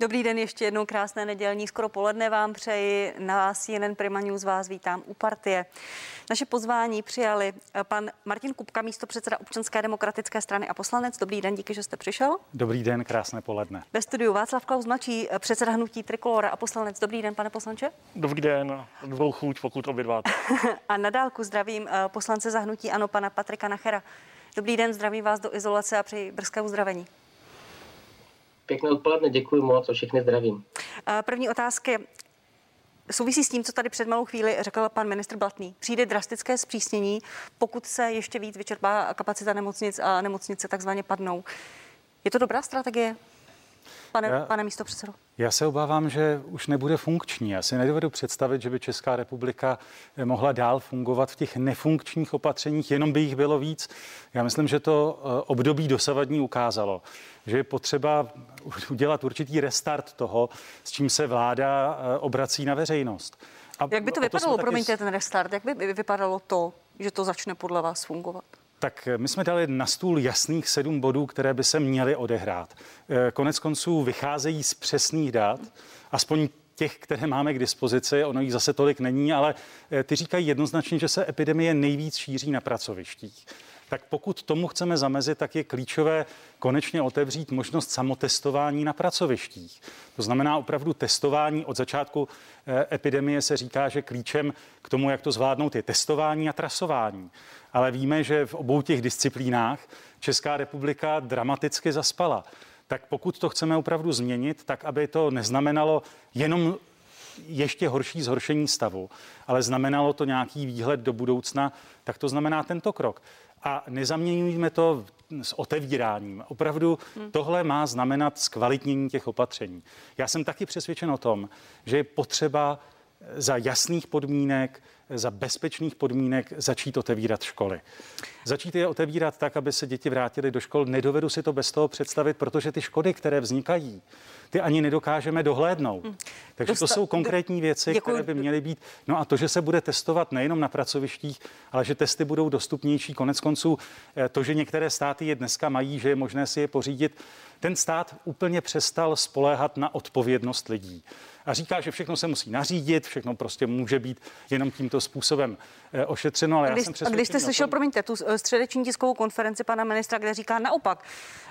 Dobrý den, ještě jednou krásné nedělní, skoro poledne vám přeji. Na CNN Prima News vás vítám u Partie. Naše pozvání přijali pan Martin Kupka, místopředseda Občanské demokratické strany a poslanec. Dobrý den, díky, že jste přišel. Dobrý den, krásné poledne. Ve studiu Václav Klaus mladší, předseda hnutí Trikolora a poslanec. Dobrý den, pane poslanče. Dobrý den, dvou chuť, pokud obědváte. A na dálku zdravím poslance za hnutí ANO, pana Patrika Nachera. Dobrý den, zdravím vás do izolace a přeji brzké uzdravení. Pěkné odpoledne, děkuji moc a všechny zdravím. První otázky souvisí s tím, co tady před malou chvíli řekl pan ministr Blatný. Přijde drastické zpřísnění, pokud se ještě víc vyčerpá kapacita nemocnic a nemocnice takzvaně padnou. Je to dobrá strategie, pane místopředsedo? Já se obávám, že už nebude funkční. Já si nedovedu představit, že by Česká republika mohla dál fungovat v těch nefunkčních opatřeních, jenom by jich bylo víc. Já myslím, že to období dosavadní ukázalo, že je potřeba udělat určitý restart toho, s čím se vláda obrací na veřejnost. A jak by to vypadalo, promiňte, ten restart, jak by vypadalo to, že to začne podle vás fungovat? Tak my jsme dali na stůl jasných 7 bodů, které by se měly odehrát. Konec konců vycházejí z přesných dat, aspoň těch, které máme k dispozici, ono jich zase tolik není, ale ty říkají jednoznačně, že se epidemie nejvíc šíří na pracovištích. Tak pokud tomu chceme zamezit, tak je klíčové konečně otevřít možnost samotestování na pracovištích. To znamená opravdu testování. Od začátku epidemie se říká, že klíčem k tomu, jak to zvládnout, je testování a trasování. Ale víme, že v obou těch disciplínách Česká republika dramaticky zaspala. Tak pokud to chceme opravdu změnit, tak aby to neznamenalo jenom ještě horší zhoršení stavu, ale znamenalo to nějaký výhled do budoucna, tak to znamená tento krok. A nezaměňujeme to s otevíráním. Opravdu tohle má znamenat zkvalitnění těch opatření. Já jsem taky přesvědčen o tom, že je potřeba za jasných podmínek, za bezpečných podmínek začít otevírat školy. Začít je otevírat tak, aby se děti vrátily do škol. Nedovedu si to bez toho představit, protože ty škody, které vznikají, ty ani nedokážeme dohlédnout. Takže to jsou konkrétní věci, které by měly být. No a to, že se bude testovat nejenom na pracovištích, ale že testy budou dostupnější. Konec konců to, že některé státy je dneska mají, že je možné si je pořídit, ten stát úplně přestal spoléhat na odpovědnost lidí. A říká, že všechno se musí nařídit, všechno prostě může být jenom tímto způsobem ošetřeno. Ale když jste slyšel, promiňte, tu středeční tiskovou konferenci pana ministra, kde říká naopak,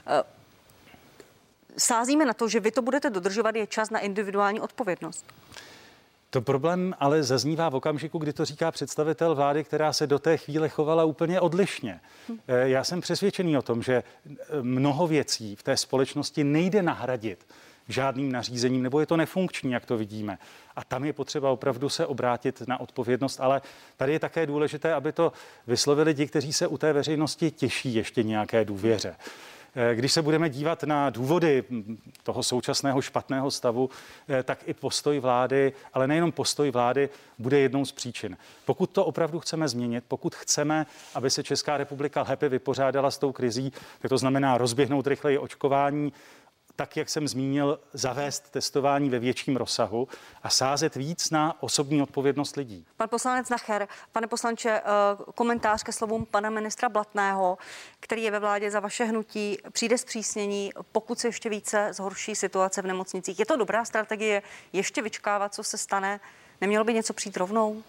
sázíme na to, že vy to budete dodržovat, je čas na individuální odpovědnost. To problém ale zaznívá v okamžiku, kdy to říká představitel vlády, která se do té chvíle chovala úplně odlišně. Já jsem přesvědčený o tom, že mnoho věcí v té společnosti nejde nahradit žádným nařízením, nebo je to nefunkční, jak to vidíme. A tam je potřeba opravdu se obrátit na odpovědnost, ale tady je také důležité, aby to vyslovili ti, kteří se u té veřejnosti těší ještě nějaké důvěře. Když se budeme dívat na důvody toho současného špatného stavu, tak i postoj vlády, ale nejenom postoj vlády, bude jednou z příčin. Pokud to opravdu chceme změnit, pokud chceme, aby se Česká republika lépe vypořádala s tou krizí, tak to znamená rozběhnout rychleji očkování, tak, jak jsem zmínil, zavést testování ve větším rozsahu a sázet víc na osobní odpovědnost lidí. Pan poslanec Nacher, pane poslanče, komentář ke slovům pana ministra Blatného, který je ve vládě za vaše hnutí, přijde zpřísnění, pokud se ještě více zhorší situace v nemocnicích. Je to dobrá strategie ještě vyčkávat, co se stane? Nemělo by něco přijít rovnou?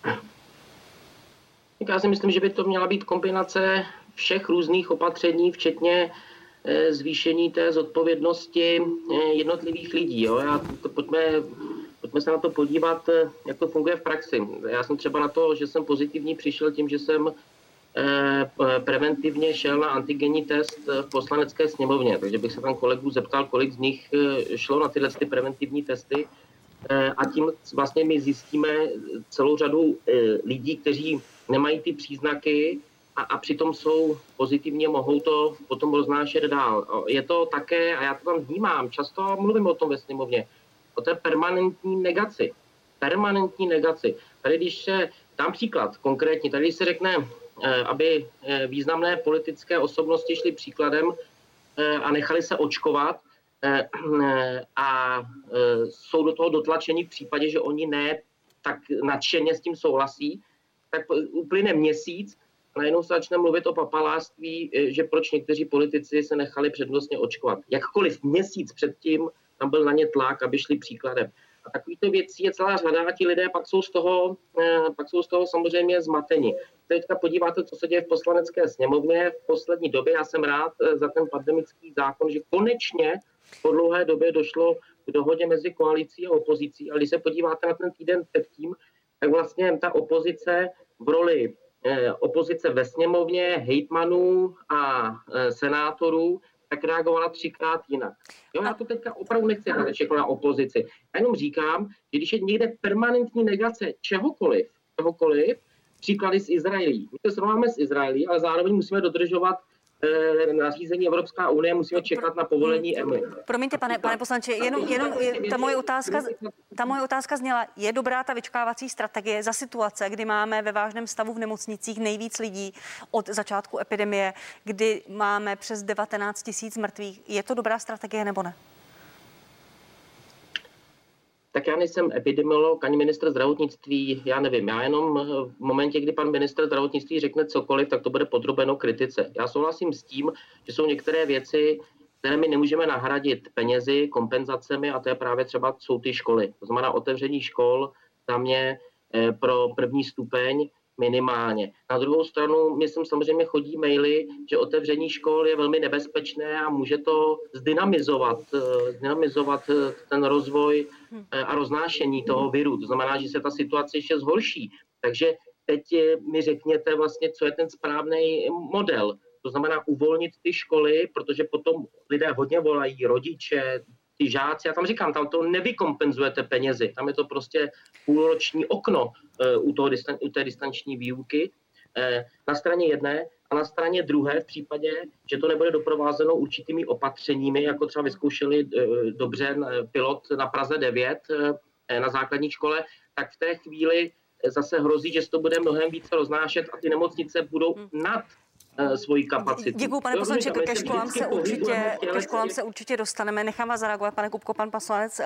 Já si myslím, že by to měla být kombinace všech různých opatření, včetně zvýšení té zodpovědnosti jednotlivých lidí. Jo? Pojďme se na to podívat, jak to funguje v praxi. Já jsem třeba na to, že jsem pozitivní, přišel tím, že jsem preventivně šel na antigenní test v Poslanecké sněmovně. Takže bych se tam kolegů zeptal, kolik z nich šlo na tyhle preventivní testy. A tím vlastně my zjistíme celou řadu lidí, kteří nemají ty příznaky, a přitom jsou pozitivně, mohou to potom roznášet dál. Je to také, a já to tam vnímám, často mluvím o tom ve sněmovně, o té permanentní negaci. Permanentní negaci. Tady, když se, dám příklad konkrétně, tady když se řekne, aby významné politické osobnosti šly příkladem a nechali se očkovat a jsou do toho dotlačeni v případě, že oni ne tak nadšeně s tím souhlasí, tak uplyne měsíc, najednou se začne mluvit o papalářství, že proč někteří politici se nechali přednostně očkovat. Jakkoliv měsíc předtím tam byl na ně tlak, aby šli příkladem. A takovýchto věcí je celá řada a ti lidé pak jsou z toho samozřejmě zmateni. Teďka podíváte, co se děje v Poslanecké sněmovně v poslední době. Já jsem rád za ten pandemický zákon, že konečně po dlouhé době došlo k dohodě mezi koalicí a opozicí. A když se podíváte na ten týden předtím, tak vlastně ta opozice v roli opozice ve sněmovně, hejtmanů a senátorů, tak reagovala 3krát jinak. Jo, já to teďka opravdu nechci házet všechno na opozici. Já jenom říkám, že když je někde permanentní negace čehokoliv, příklady z Izraelí. My to srovnáme s Izraelí, ale zároveň musíme dodržovat nařízení Evropská unie, musíme čekat na povolení EMA. Promiňte, pane poslanče, jenom ta moje otázka zněla, je dobrá ta vyčkávací strategie za situace, kdy máme ve vážném stavu v nemocnicích nejvíc lidí od začátku epidemie, kdy máme přes 19 000 mrtvých. Je to dobrá strategie nebo ne? Tak já nejsem epidemiolog ani ministr zdravotnictví, já nevím. Já jenom v momentě, kdy pan ministr zdravotnictví řekne cokoliv, tak to bude podrobeno kritice. Já souhlasím s tím, že jsou některé věci, které my nemůžeme nahradit penězi, kompenzacemi, a to je právě třeba jsou ty školy. To znamená otevření škol za mě pro první stupeň minimálně. Na druhou stranu, mě sem samozřejmě chodí maily, že otevření škol je velmi nebezpečné a může to zdynamizovat ten rozvoj a roznášení toho viru. To znamená, že se ta situace ještě zhorší. Takže teď mi řekněte vlastně, co je ten správný model. To znamená uvolnit ty školy, protože potom lidé hodně volají, rodiče, ty žáci, já tam říkám, tam to nevykompenzujete penězi, tam je to prostě půlroční okno u té distanční výuky na straně jedné a na straně druhé v případě, že to nebude doprovázeno určitými opatřeními, jako třeba vyzkoušeli dobře pilot na Praze 9 na základní škole, tak v té chvíli zase hrozí, že se to bude mnohem více roznášet a ty nemocnice budou nad svoji kapacitu. Děkuji, pane poslanče, ke školám se určitě dostaneme. Nechám vás zareagovat, pane Kupko, pan poslanec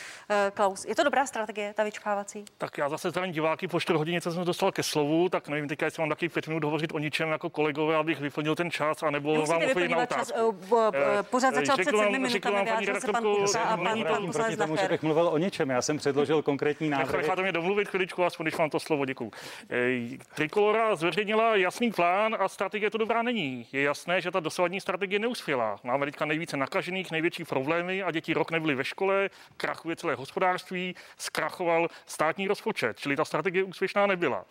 Klaus. Je to dobrá strategie, ta vyčkávací? Tak já zase zdravím diváky, po 4 hodině jsem dostal ke slovu, tak nevím, teďka jestli mám taky 5 minut hovořit o ničem jako kolegové, abych vyplnil ten čas, anebo vám odpovědět na otázku. Pořád začal před 7 minutami, vyjádřil se pan Kupka a pan poslanec Nacher. Bych mluvil o něčem, já jsem předložil konkrétní návrhy. Necháte mě domluvit chviličku, aspoň když mám to slovo, děkuju. Trikolora zveřejnila jasný plán a strategie to dobrá není. Je jasné, že ta dosavadní strategie neuspěla. Máme teďka nejvíce nakažených, největší problémy a děti rok nebyly ve škole, krachuje celé hospodářství, zkrachoval státní rozpočet, čili ta strategie úspěšná nebyla.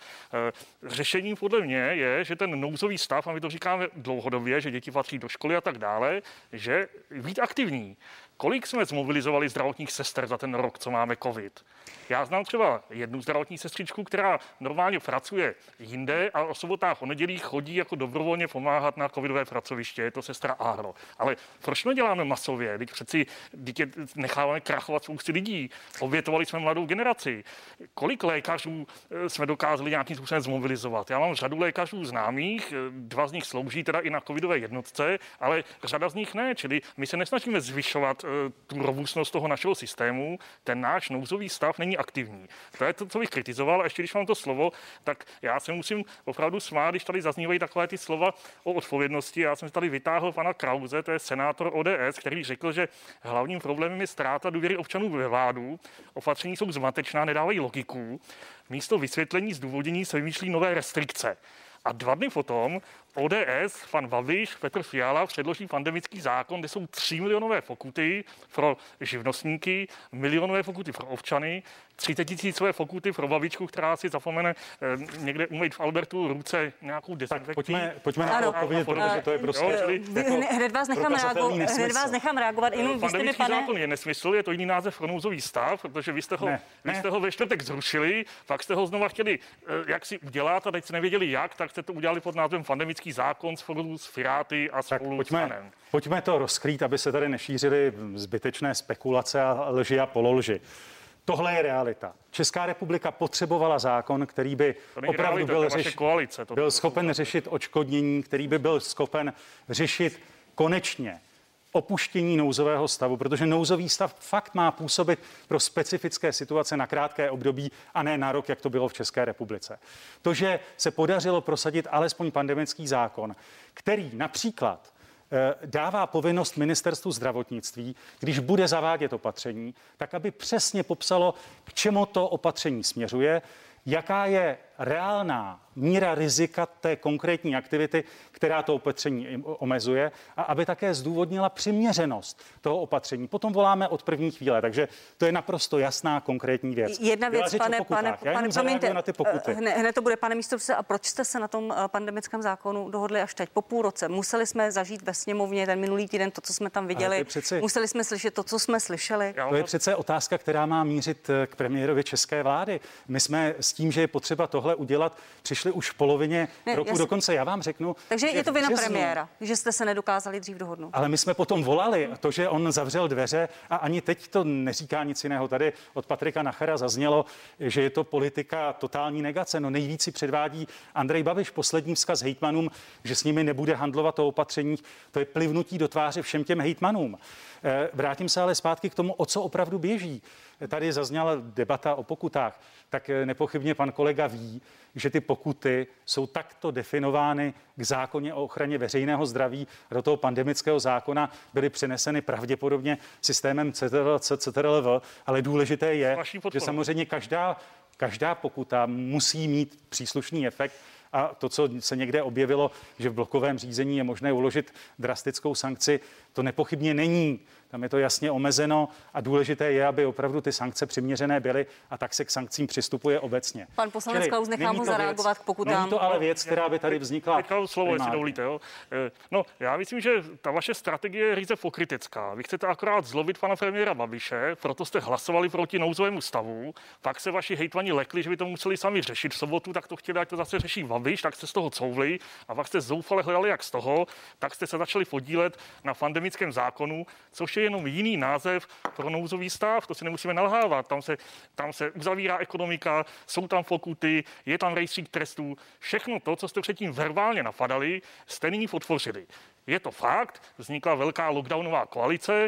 Řešením podle mě je, že ten nouzový stav, a my to říkáme dlouhodobě, že děti patří do školy a tak dále, že být aktivní. Kolik jsme zmobilizovali zdravotních sester za ten rok, co máme covid? Já znám třeba jednu zdravotní sestřičku, která normálně pracuje jinde a o sobotách, o nedělích chodí jako dobrovolně pomáhat na covidové pracoviště, je to sestra Agro. Ale proč neděláme masově? Teď přeci necháváme krachovat spousty lidí. Obětovali jsme mladou generaci. Kolik lékařů jsme dokázali nějakým způsobem zmobilizovat? Já mám řadu lékařů známých, 2 z nich slouží teda i na covidové jednotce, ale řada z nich ne, čili my se nesnažíme zvyšovat tu robustnost toho našeho systému, ten náš nouzový stav není aktivní. To je to, co bych kritizoval. A ještě když mám to slovo, tak já se musím opravdu smát, když tady zaznívají takové ty slova o odpovědnosti. Já jsem si tady vytáhl pana Krause, to je senátor ODS, který řekl, že hlavním problémem je ztráta důvěry občanů ve vládu. Opatření jsou zmatečná, nedávají logiku. Místo vysvětlení, zdůvodnění se vymýšlí nové restrikce. A 2 dny potom ODS, pan Babiš, Petr Fiala předloží pandemický zákon, kde jsou 3 milionové pokuty pro živnostníky, milionové pokuty pro občany, 30 000 pokuty pro babičku, která si zapomene někde umýt v Albertu ruce nějakou dezinfekcí. Pojďme na to odpovědět, protože to je prostě... Hned vás nechám reagovat. Pandemický zákon je nesmysl, je to jiný název pro nouzový stav, protože vy jste ho ve čtvrtek zrušili, pak jste ho znova chtěli jak si udělat a teď jste nevěděli jak, tak jste to udělali pod názvem pandemický zákon spolu s Piráty a spolu s panem. Pojďme to rozkrýt, aby se tady nešířily zbytečné spekulace a lži a pololži. Tohle je realita. Česká republika potřebovala zákon, který by opravdu byl schopen řešit odškodnění, který by byl schopen řešit konečně opuštění nouzového stavu, protože nouzový stav fakt má působit pro specifické situace na krátké období a ne na rok, jak to bylo v České republice. To, že se podařilo prosadit alespoň pandemický zákon, který například dává povinnost ministerstvu zdravotnictví, když bude zavádět opatření, tak aby přesně popsalo, k čemu to opatření směřuje, jaká je reálná míra rizika té konkrétní aktivity, která to opatření omezuje, a aby také zdůvodnila přiměřenost toho opatření. Potom voláme od první chvíle, takže to je naprosto jasná konkrétní věc. Jedna věc, pane, promiňte, na ty pokuty. Hned to bude, pane místopředsedo, a proč jste se na tom pandemickém zákonu dohodli až teď, po půl roce? Museli jsme zažít ve sněmovně ten minulý týden to, co jsme tam viděli, museli jsme slyšet to, co jsme slyšeli. To je přece otázka, která má mířit k premiérovi české vlády. My jsme s tím, že je potřeba tohle udělat, přišli už v polovině roku. Dokonce já vám řeknu. Takže je to vina premiéra, že jste se nedokázali dřív dohodnout. Ale my jsme potom volali. To, že on zavřel dveře, a ani teď to neříká nic jiného. Tady od Patrika Nachera zaznělo, že je to politika totální negace. No nejvíc si předvádí Andrej Babiš, poslední vzkaz hejtmanům, že s nimi nebude handlovat o opatřeních. To je plivnutí do tváře všem těm hejtmanům. Vrátím se ale zpátky k tomu, o co opravdu běží. Tady zazněla debata o pokutách, tak nepochybně pan kolega ví, že ty pokuty jsou takto definovány k zákoně o ochraně veřejného zdraví, do toho pandemického zákona byly přeneseny pravděpodobně systémem CTRL-V, ale důležité je, že samozřejmě každá pokuta musí mít příslušný efekt. A to, co se někde objevilo, že v blokovém řízení je možné uložit drastickou sankci, to nepochybně není. Tam je to jasně omezeno a důležité je, aby opravdu ty sankce přiměřené byly, a tak se k sankcím přistupuje obecně. Pan poslanec Klaus, nechám ho zareagovat k pokutám. Není to ale věc, která by tady vznikla. Teďka slovo, jestli dovolíte. Jo. No, já myslím, že ta vaše strategie je ryze pokrytecká. Vy chcete akorát zlobit pana premiéra Babiše, proto jste hlasovali proti nouzovému stavu, pak se vaši hejtmani lekli, že by to museli sami řešit v sobotu, tak to chtěli, ať to zase řeší Babiš, tak jste z toho couvli a pak jste zoufale hledali, jak z toho, tak jste se začali podílet na pandemickém zákonu, což je jenom jiný název pro nouzový stav, to si nemusíme nalhávat. Tam se uzavírá ekonomika, jsou tam pokuty, je tam rejstřík trestů. Všechno to, co jste předtím verbálně napadali, jste nyní podpořili. Je to fakt, vznikla velká lockdownová koalice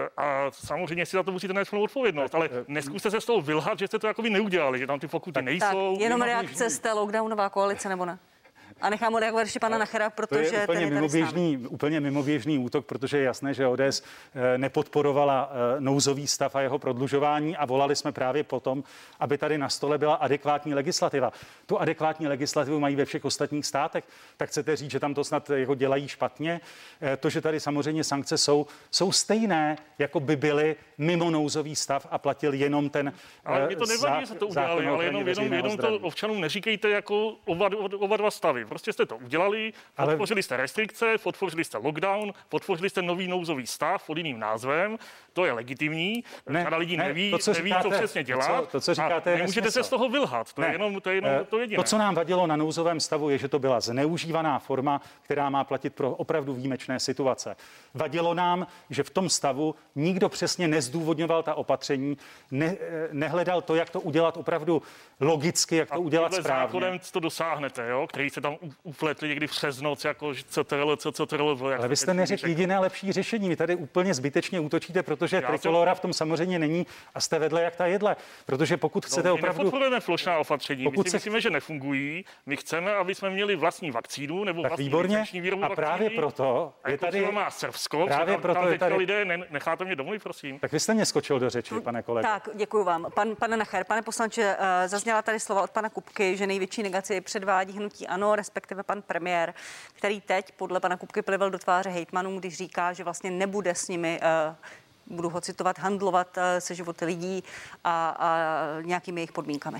a samozřejmě si za to musíte nést plnou odpovědnost, ale neskuste se z toho vylhat, že jste to jakoby neudělali, že tam ty pokuty nejsou. Tak, jenom reakce z té lockdownová koalice, nebo ne? A nechám reagovat ještě pana Nachera, protože to je úplně mimoběžný útok, protože je jasné, že ODS nepodporovala nouzový stav a jeho prodlužování a volali jsme právě potom, aby tady na stole byla adekvátní legislativa. Tu adekvátní legislativu mají ve všech ostatních státech. Tak chcete říct, že tam to snad jako dělají špatně? To, že tady samozřejmě sankce jsou stejné, jako by byly mimo nouzový stav a platil jenom ten ale mě to nevadí, že se to udělali, ale jenom to občanům neříkejte jako oba dva stavy. Prostě jste to udělali, podpořili jste restrikce, podpořili jste lockdown, podpořili jste nový nouzový stav pod jiným názvem. To je legitimní. Řada lidí neví, co přesně dělat. To, co říkáte, nemůžete se z toho vylhat. To je jenom to jediné. To, co nám vadilo na nouzovém stavu, je, že to byla zneužívaná forma, která má platit pro opravdu výjimečné situace. Vadilo nám, že v tom stavu nikdo přesně nezdůvodňoval ta opatření, nehledal to, jak to udělat opravdu logicky, jak to udělat správně. Zákonem to dosáhnete, jo? Který se tam upletli někdy přes noc, jako CTRL. Ale vy jste neřekl jediné lepší řešení. Vy tady úplně zbytečně útočíte, protože Trikolora v tom samozřejmě není a jste vedle jak ta jedle. Protože pokud chcete opravdu... Nepodporujeme plošná opatření. My si myslíme, že nefungují. My chceme, aby jsme měli vlastní vakcínu nebo vlastní licenční výrobu vakcíny. A právě proto je tady... má Srbsko, právě proto je tady... lidé, necháte mě domluvit, prosím. Tak vy jste mě skočil do řeči, pane kolego. Tak, děkuji vám. Pane Nacher, pane poslanče, zazněla tady slova od pana Kupky, že největší negaci předvádí hnutí ANO, respektive pan premiér, který teď podle pana Kupky plivel do tváře hejtmanům, když říká, že vlastně nebude s nimi, budu ho citovat, handlovat se životy lidí a nějakými jejich podmínkami.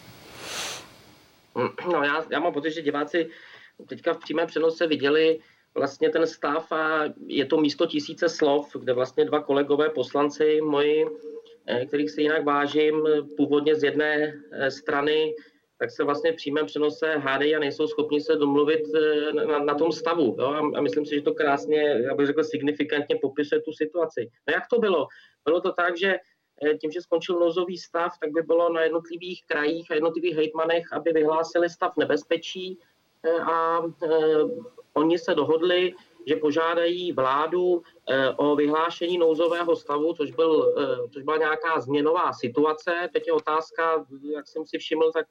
No, já mám pocit, že diváci teďka v přímém přenose viděli vlastně ten stav a je to místo tisíce slov, kde vlastně dva kolegové poslanci moji, kterých si jinak vážím, původně z jedné strany, tak se vlastně v přímém přenose hádají a nejsou schopni se domluvit na tom stavu. Jo? A myslím si, že to krásně, já bych řekl, signifikantně popisuje tu situaci. No jak to bylo? Bylo to tak, že tím, že skončil nouzový stav, tak by bylo na jednotlivých krajích a jednotlivých hejtmanech, aby vyhlásili stav nebezpečí a oni se dohodli, že požádají vládu o vyhlášení nouzového stavu, což byla nějaká změnová situace. Teď je otázka, jak jsem si všiml, tak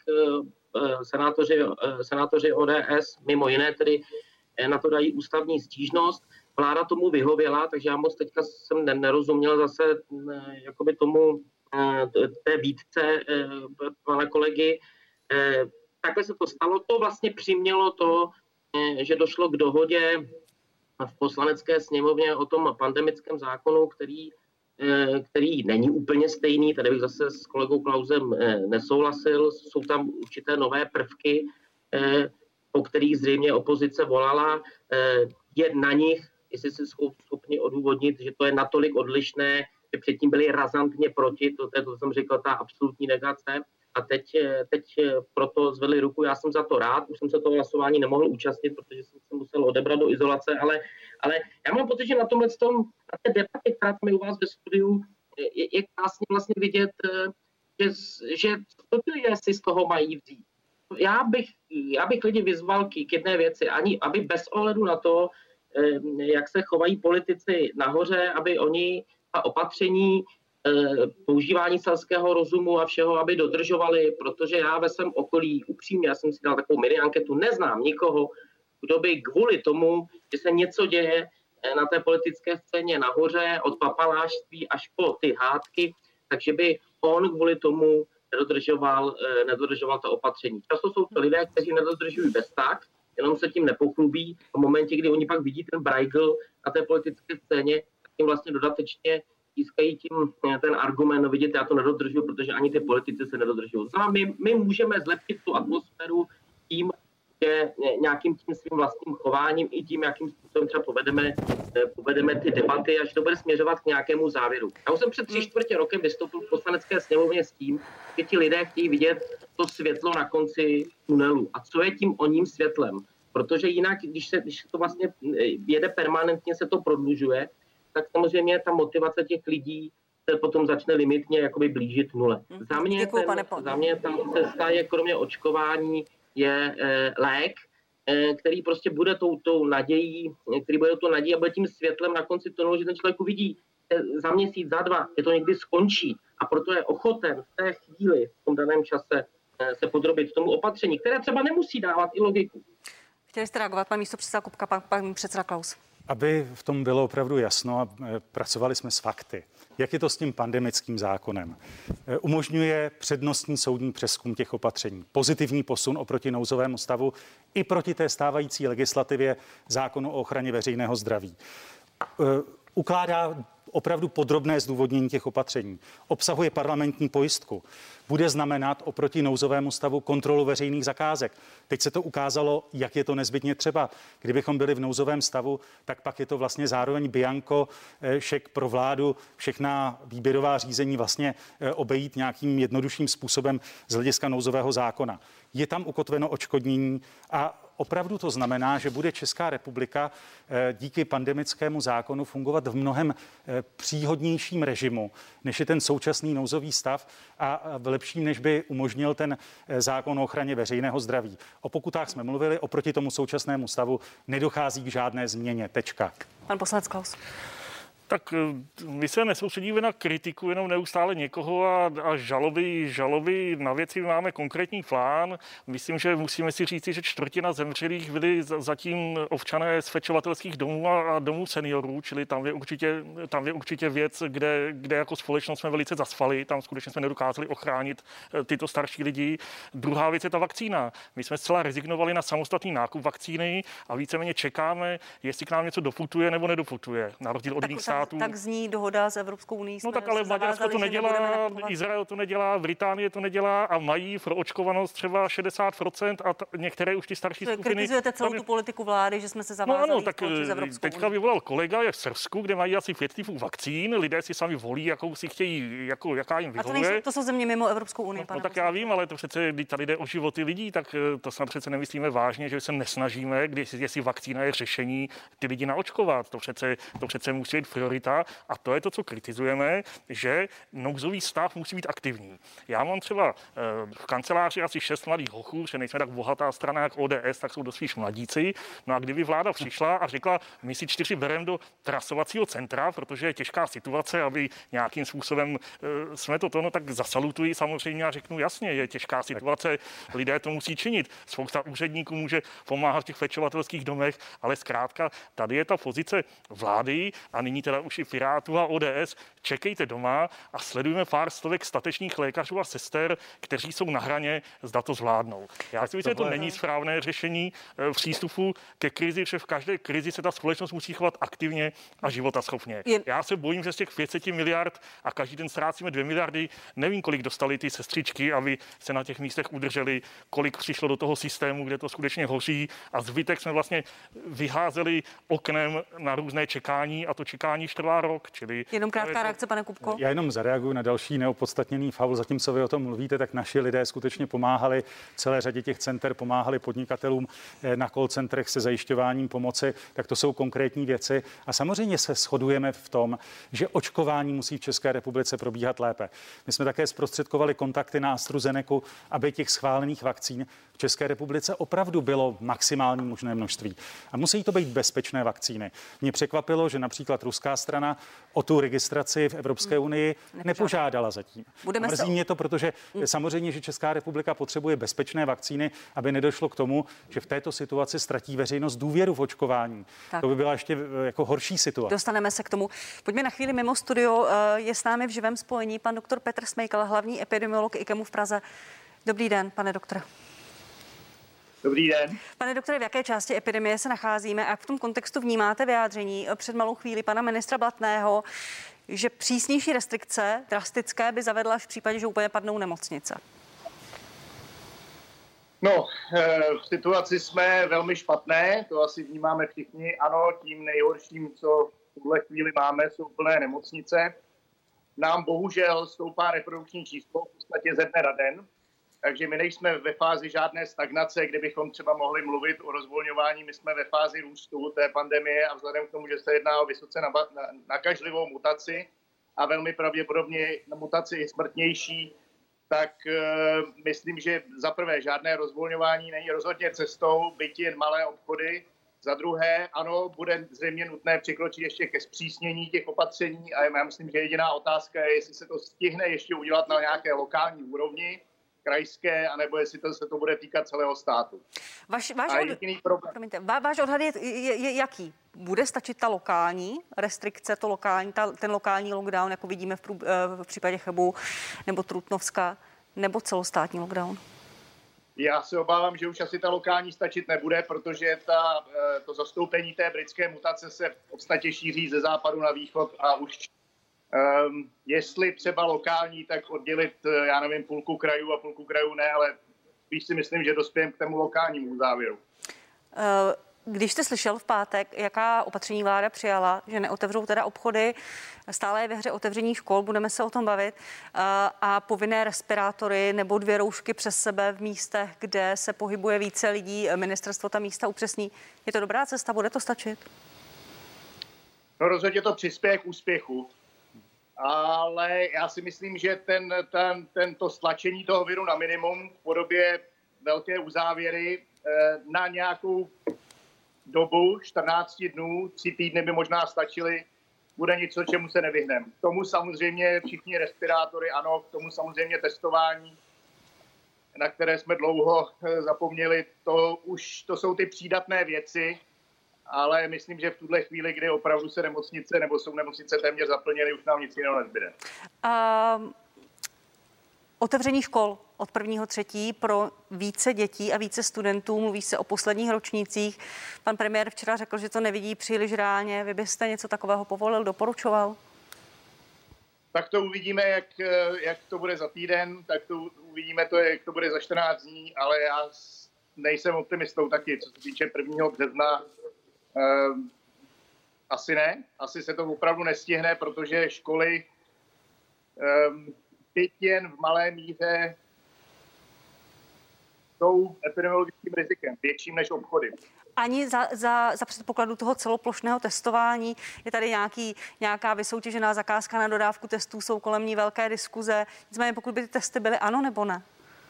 senátoři ODS, mimo jiné tedy, na to dají ústavní stížnost. vláda tomu vyhověla, takže já moc teďka jsem nerozuměl zase jakoby tomu té výtce pana kolegy. Takhle se to stalo, to vlastně přimělo to, že došlo k dohodě v Poslanecké sněmovně o tom pandemickém zákonu, který není úplně stejný. Tady bych zase s kolegou Klausem nesouhlasil. Jsou tam určité nové prvky, po kterých zřejmě opozice volala. Je na nich, jestli si schopni odůvodnit, že to je natolik odlišné, že předtím byli razantně proti, to jsem říkal, ta absolutní negace. A teď proto zvedli ruku, já jsem za to rád, už jsem se toho hlasování nemohl účastnit, protože jsem se musel odebrat do izolace, ale já mám pocit, že na tomhle na té debatě, která tam je u vás ve studiu, je krásně vlastně vidět, že co ty lidé si z toho mají vzít. Já bych lidi vyzval k jedné věci, aby bez ohledu na to, jak se chovají politici nahoře, aby oni ta opatření používání selského rozumu a všeho, aby dodržovali, protože já ve svém okolí upřímně, já jsem si dal takovou mini anketu, neznám nikoho, kdo by kvůli tomu, že se něco děje na té politické scéně nahoře, od papalášství až po ty hádky, takže by on kvůli tomu nedodržoval ta opatření. Často jsou to lidé, kteří nedodržují bez tak, jenom se tím nepochlubí. V momentě, kdy oni pak vidí ten Bruegel na té politické scéně, tak jim vlastně dodatečně získají tím ten argument, no vidíte, já to nedodržuju, protože ani ty politici se nedodržují. My můžeme zlepšit tu atmosféru tím, že nějakým tím svým vlastním chováním i tím, jakým způsobem třeba povedeme ty debaty, až to bude směřovat k nějakému závěru. Já už jsem před 3/4 rokem vystoupil v Poslanecké sněmovně s tím, že ti lidé chtějí vidět to světlo na konci tunelu. A co je tím oním světlem? Protože jinak, když se to vlastně jede permanentně, se to prodlužuje, tak samozřejmě ta motivace těch lidí se potom začne limitně jakoby blížit nule. Za mě ta cesta je kromě očkování je lék, který prostě bude tou nadějí, a bude tím světlem na konci tunelu, že ten člověk uvidí za měsíc, za 2, že to někdy skončí a proto je ochoten v té chvíli, v tom daném čase se podrobit tomu opatření, které třeba nemusí dávat i logiku. Chtěli jste reagovat, pan místopředseda Kupka, pan předseda Klaus. Aby v tom bylo opravdu jasno a pracovali jsme s fakty. Jak je to s tím pandemickým zákonem? Umožňuje přednostní soudní přezkum těch opatření, pozitivní posun oproti nouzovému stavu i proti té stávající legislativě zákonu o ochraně veřejného zdraví. Ukládá opravdu podrobné zdůvodnění těch opatření. Obsahuje parlamentní pojistku. Bude znamenat oproti nouzovému stavu kontrolu veřejných zakázek. Teď se to ukázalo, jak je to nezbytně třeba. Kdybychom byli v nouzovém stavu, tak pak je to vlastně zároveň bianko šek pro vládu, všechna výběrová řízení vlastně obejít nějakým jednodušším způsobem z hlediska nouzového zákona. Je tam ukotveno odškodnění a opravdu to znamená, že bude Česká republika díky pandemickému zákonu fungovat v mnohem příhodnějším režimu, než je ten současný nouzový stav a v lepším, než by umožnil ten zákon o ochraně veřejného zdraví. O pokutách jsme mluvili, oproti tomu současnému stavu nedochází k žádné změně. Tečka. Pan poslanec Klaus. Tak my se nesoustředíme na kritiku jenom neustále někoho a žaloby. Na věci máme konkrétní plán. Myslím, že musíme si říct, že 1/4 zemřelých byli zatím občané z pečovatelských domů a domů seniorů, čili tam je určitě věc, kde jako společnost jsme velice zaspali. Tam skutečně jsme nedokázali ochránit tyto starší lidi. Druhá věc je ta vakcína. My jsme zcela rezignovali na samostatný nákup vakcíny a víceméně čekáme, jestli k nám něco doputuje nebo nedoputuje. Na rozdíl od jiných států. Tak zní dohoda s Evropskou unií. No tak ale Maďarsko to nedělá, Izrael to nedělá, Británie to nedělá a mají pro očkovanost třeba 60% a některé už ty starší skupiny. Kritizujete celou tu politiku vlády, že jsme se zavázali. No ano, tak teďka vyvolal kolega je v Srbsku, kde mají asi 5 typů vakcín, lidé si sami volí, jakou si chtějí, jaká jim vyhovuje. A to jsou země mimo Evropskou unii, No tak já vím, ale to přece, když tady jde o životy lidí, tak to snad přece nemyslíme vážně, že se nesnažíme, jestli vakcína je řešení, ty lidi naočkovat. To přece musí být priorita a to je to, co kritizujeme, že nouzový stav musí být aktivní. Já mám třeba v kanceláři asi 6 mladých hochů, že nejsme tak bohatá strana jak ODS, tak jsou to spíš mladíci. No a kdyby vláda přišla a řekla, my si 4 bereme do trasovacího centra, protože je těžká situace, aby nějakým způsobem jsme no tak zasalutuji samozřejmě a řeknu jasně, je těžká situace, lidé to musí činit. Spousta úředníků může pomáhat v těch pečovatelských domech, ale zkrátka tady je ta pozice vlády a nyní teda už i Pirátů a ODS. Čekejte doma a sledujeme pár stovek statečných lékařů a sester, kteří jsou na hraně, zda to zvládnou. Já si myslím, že to není správné řešení přístupu ke krizi, že v každé krizi se ta společnost musí chovat aktivně a životaschopně. Já se bojím, že z těch 500 miliard a každý den ztrácíme 2 miliardy, nevím, kolik dostali ty sestřičky, aby se na těch místech udrželi, kolik přišlo do toho systému, kde to skutečně hoří a zbytek jsme vlastně vyházeli oknem na různé čekání a to čekání už trvá rok. Čili jenom krátká reakce, pane Kupko. Já jenom zareaguju na další neopodstatněný faul. Zatímco vy o tom mluvíte, tak naši lidé skutečně pomáhali celé řadě těch center, pomáhali podnikatelům na call centrech se zajišťováním pomoci, tak to jsou konkrétní věci. A samozřejmě se shodujeme v tom, že očkování musí v České republice probíhat lépe. My jsme také zprostředkovali kontakty na AstraZenecu, aby těch schválených vakcín v České republice opravdu bylo maximální možné množství. A musí to být bezpečné vakcíny. Mě překvapilo, že například ruská strana o tu registraci v Evropské unii nepožádala zatím. Mrzí mě to, protože samozřejmě, že Česká republika potřebuje bezpečné vakcíny, aby nedošlo k tomu, že v této situaci ztratí veřejnost důvěru v očkování. Tak. To by byla ještě jako horší situace. Dostaneme se k tomu. Pojďme na chvíli mimo studio. Je s námi v živém spojení pan doktor Petr Smejkal, hlavní epidemiolog IKEMu v Praze. Dobrý den, pane doktore. Dobrý den. Pane doktore, v jaké části epidemie se nacházíme a jak v tom kontextu vnímáte vyjádření před malou chvíli pana ministra Blatného, že přísnější restrikce, drastické, by zavedla až v případě, že úplně padnou nemocnice? No, v situaci jsme velmi špatné, to asi vnímáme všichni. Ano, tím nejhorším, co v tuhle chvíli máme, jsou plné nemocnice. Nám bohužel stoupá reprodukční číslo v podstatě ze dne na den. Takže my nejsme ve fázi žádné stagnace, kde bychom třeba mohli mluvit o rozvolňování. My jsme ve fázi růstu té pandemie a vzhledem k tomu, že se jedná o vysoce nakažlivou mutaci a velmi pravděpodobně na mutaci i smrtnější, tak myslím, že za prvé žádné rozvolňování není rozhodně cestou, byť jen malé obchody. Za druhé, ano, bude zřejmě nutné přikročit ještě ke zpřísnění těch opatření a já myslím, že jediná otázka je, jestli se to stihne ještě udělat na nějaké lokální úrovni, krajské, anebo jestli se to bude týkat celého státu. Váš odhad je jaký? Bude stačit ta lokální restrikce, ten lokální lockdown, jako vidíme v případě Chebu nebo Trutnovska, nebo celostátní lockdown? Já se obávám, že už asi ta lokální stačit nebude, protože to zastoupení té britské mutace se v podstatě šíří ze západu na východ a už jestli třeba lokální, tak oddělit, já nevím, půlku krajů ne, ale spíš si myslím, že dospějeme k tomu lokálnímu závěru. Když jste slyšel v pátek, jaká opatření vláda přijala, že neotevřou teda obchody, stále je ve hře otevření škol, budeme se o tom bavit, a povinné respirátory nebo 2 roušky přes sebe v místech, kde se pohybuje více lidí, ministerstvo ta místa upřesní. Je to dobrá cesta, bude to stačit? No rozhodně to přispěje k úspěchu. Ale já si myslím, že to stlačení toho viru na minimum v podobě velké uzávěry na nějakou dobu 14 dnů, 3 týdny by možná stačily, bude něco, čemu se nevyhneme. K tomu samozřejmě všichni respirátory, ano, k tomu samozřejmě testování, na které jsme dlouho zapomněli, to jsou ty přídatné věci, ale myslím, že v tuhle chvíli, kdy opravdu se nemocnice nebo jsou nemocnice téměř zaplněny, už nám nic jiného nezbyde. Otevření škol od 1.3. pro více dětí a více studentů. Mluví se o posledních ročnících. Pan premiér včera řekl, že to nevidí příliš reálně. Vy byste něco takového povolil, doporučoval? Tak to uvidíme, jak to bude za týden, tak to uvidíme, jak to bude za 14 dní, ale já nejsem optimistou taky, co se týče 1. března. Asi ne, asi se to opravdu nestihne, protože školy byť jen v malé míře jsou epidemiologickým rizikem, větším než obchody. Ani za předpokladu toho celoplošného testování je tady nějaká vysoutěžená zakázka na dodávku testů, jsou kolem ní velké diskuze. Nicméně pokud by ty testy byly ano nebo ne?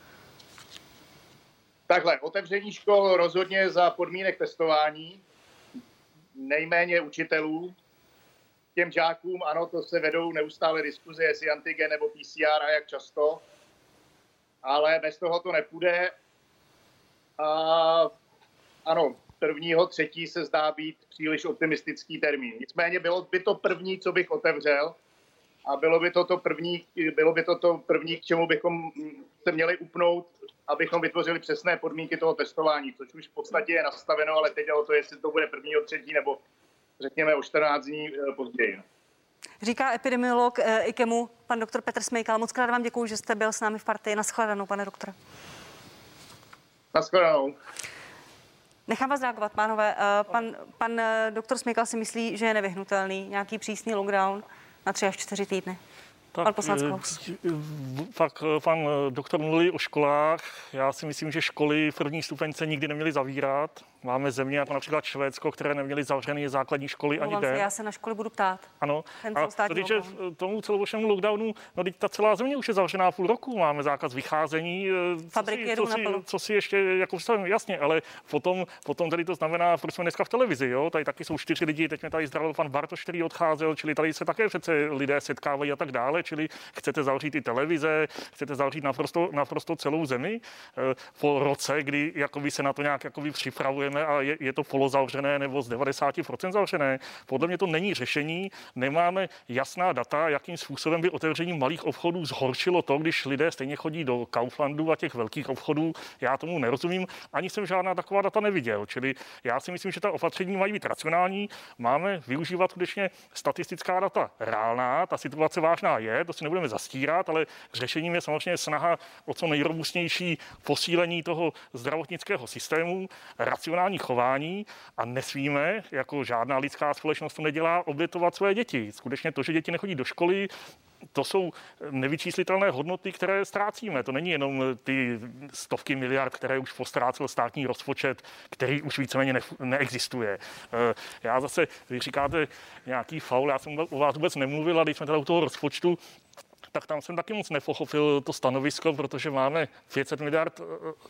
Takhle, otevření škol rozhodně za podmínek testování, nejméně učitelů. Těm žákům, ano, to se vedou neustále diskuze, jestli antigen nebo PCR a jak často, ale bez toho to nepůjde. A ano, 1.3. se zdá být příliš optimistický termín. Nicméně bylo by to první, co bych otevřel, a bylo by to to první, k čemu bychom se měli upnout, abychom vytvořili přesné podmínky toho testování, což už v podstatě je nastaveno, ale teď o to, jestli to bude 1.3. nebo řekněme o 14 dní později. Říká epidemiolog IKEMu pan doktor Petr Smejkal. Moc krát vám děkuji, že jste byl s námi v Partii. Naschledanou, pane doktore. Naschledanou. Nechám vás reagovat, pánové. Pan doktor Smejkal si myslí, že je nevyhnutelný nějaký přísný lockdown na 3 až 4 týdny. Pan poslanec Klaus. Pak pan doktor mluví o školách. Já si myslím, že školy v první stupence nikdy neměly zavírat. Máme země jako například Švédsko, které neměly zavřené základní školy ani den. Já se na školy budu ptát. Ano. A když je tomu celoplošnému lockdownu, no teď ta celá země už je zavřená půl roku, máme zákaz vycházení. Fabriky jedou naplno. Co si ještě jako vstavím, jasně, ale potom tady to znamená, proč jsme dneska v televizi, jo? Tady taky jsou 4 lidi, teď mě tady zdravil pan Bartoš, který odcházel, čili tady se také přece lidé setkávají a tak dále, čili chcete zavřít i televize, chcete zavřít naprosto celou zemi po roce, kdy jakoby se na to nějak jakoby připravujeme a je to polozavřené nebo z 90% zavřené. Podle mě to není řešení, nemáme jasná data, jakým způsobem by otevření malých obchodů zhoršilo to, když lidé stejně chodí do Kauflandu a těch velkých obchodů. Já tomu nerozumím, ani jsem žádná taková data neviděl. Čili já si myslím, že ta opatření mají být racionální, máme využívat skutečně statistická data reálná, ta situace vážná je, to si nebudeme zastírat, ale řešením je samozřejmě snaha o co nejrobustnější posílení toho zdravotnického systému, racionální chování a nesmíme, jako žádná lidská společnost to nedělá, obětovat své děti. Skutečně to, že děti nechodí do školy, to jsou nevyčíslitelné hodnoty, které ztrácíme. To není jenom ty stovky miliard, které už postrácel státní rozpočet, který už víceméně neexistuje. Já zase, vy říkáte nějaký faul, já jsem o vás vůbec nemluvil, a když jsme teda u toho rozpočtu, tak tam jsem taky moc nepochopil to stanovisko, protože máme 500 miliard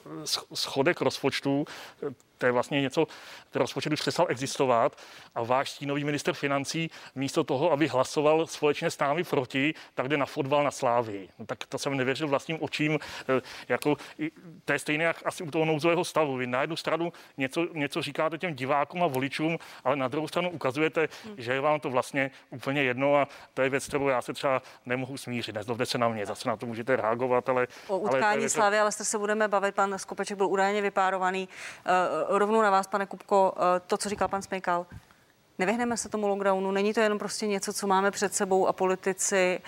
schodek rozpočtu. To je vlastně něco, ten rozpočet už přestal existovat a váš stínový ministr financí místo toho, aby hlasoval společně s námi proti, tak jde na fotbal na Slávii. No, tak to jsem nevěřil vlastním očím. Jako, to je stejné jak asi u toho nouzového stavu. Vy na jednu stranu něco říkáte těm divákům a voličům, ale na druhou stranu ukazujete, že je vám to vlastně úplně jedno a to je věc, kterou já se třeba nemohu smířit. Nezlobte se na mě, zase na to můžete reagovat, ale... O utkání Slávy, ale se budeme bavit. Pan Skopeček byl údajně vypárovaný. Rovnou na vás, pane Kupko, to, co říkal pan Smejkal. Nevyhneme se tomu lockdownu, není to jenom prostě něco, co máme před sebou a politici,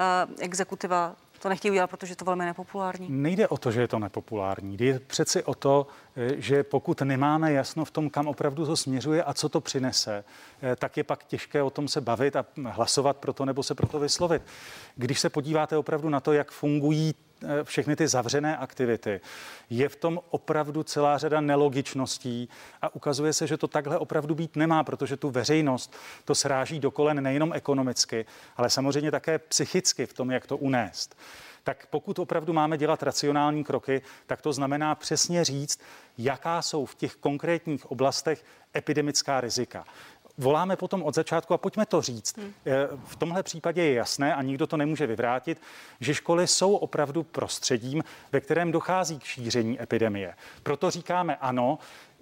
exekutiva to nechtějí udělat, protože je to velmi nepopulární. Nejde o to, že je to nepopulární. Jde přeci o to, že pokud nemáme jasno v tom, kam opravdu to směřuje a co to přinese, tak je pak těžké o tom se bavit a hlasovat pro to nebo se pro to vyslovit. Když se podíváte opravdu na to, jak fungují všechny ty zavřené aktivity, je v tom opravdu celá řada nelogičností a ukazuje se, že to takhle opravdu být nemá, protože tu veřejnost to sráží do kolen nejenom ekonomicky, ale samozřejmě také psychicky v tom, jak to unést. Tak pokud opravdu máme dělat racionální kroky, tak to znamená přesně říct, jaká jsou v těch konkrétních oblastech epidemická rizika. Voláme potom od začátku a pojďme to říct. V tomhle případě je jasné a nikdo to nemůže vyvrátit, že školy jsou opravdu prostředím, ve kterém dochází k šíření epidemie. Proto říkáme ano,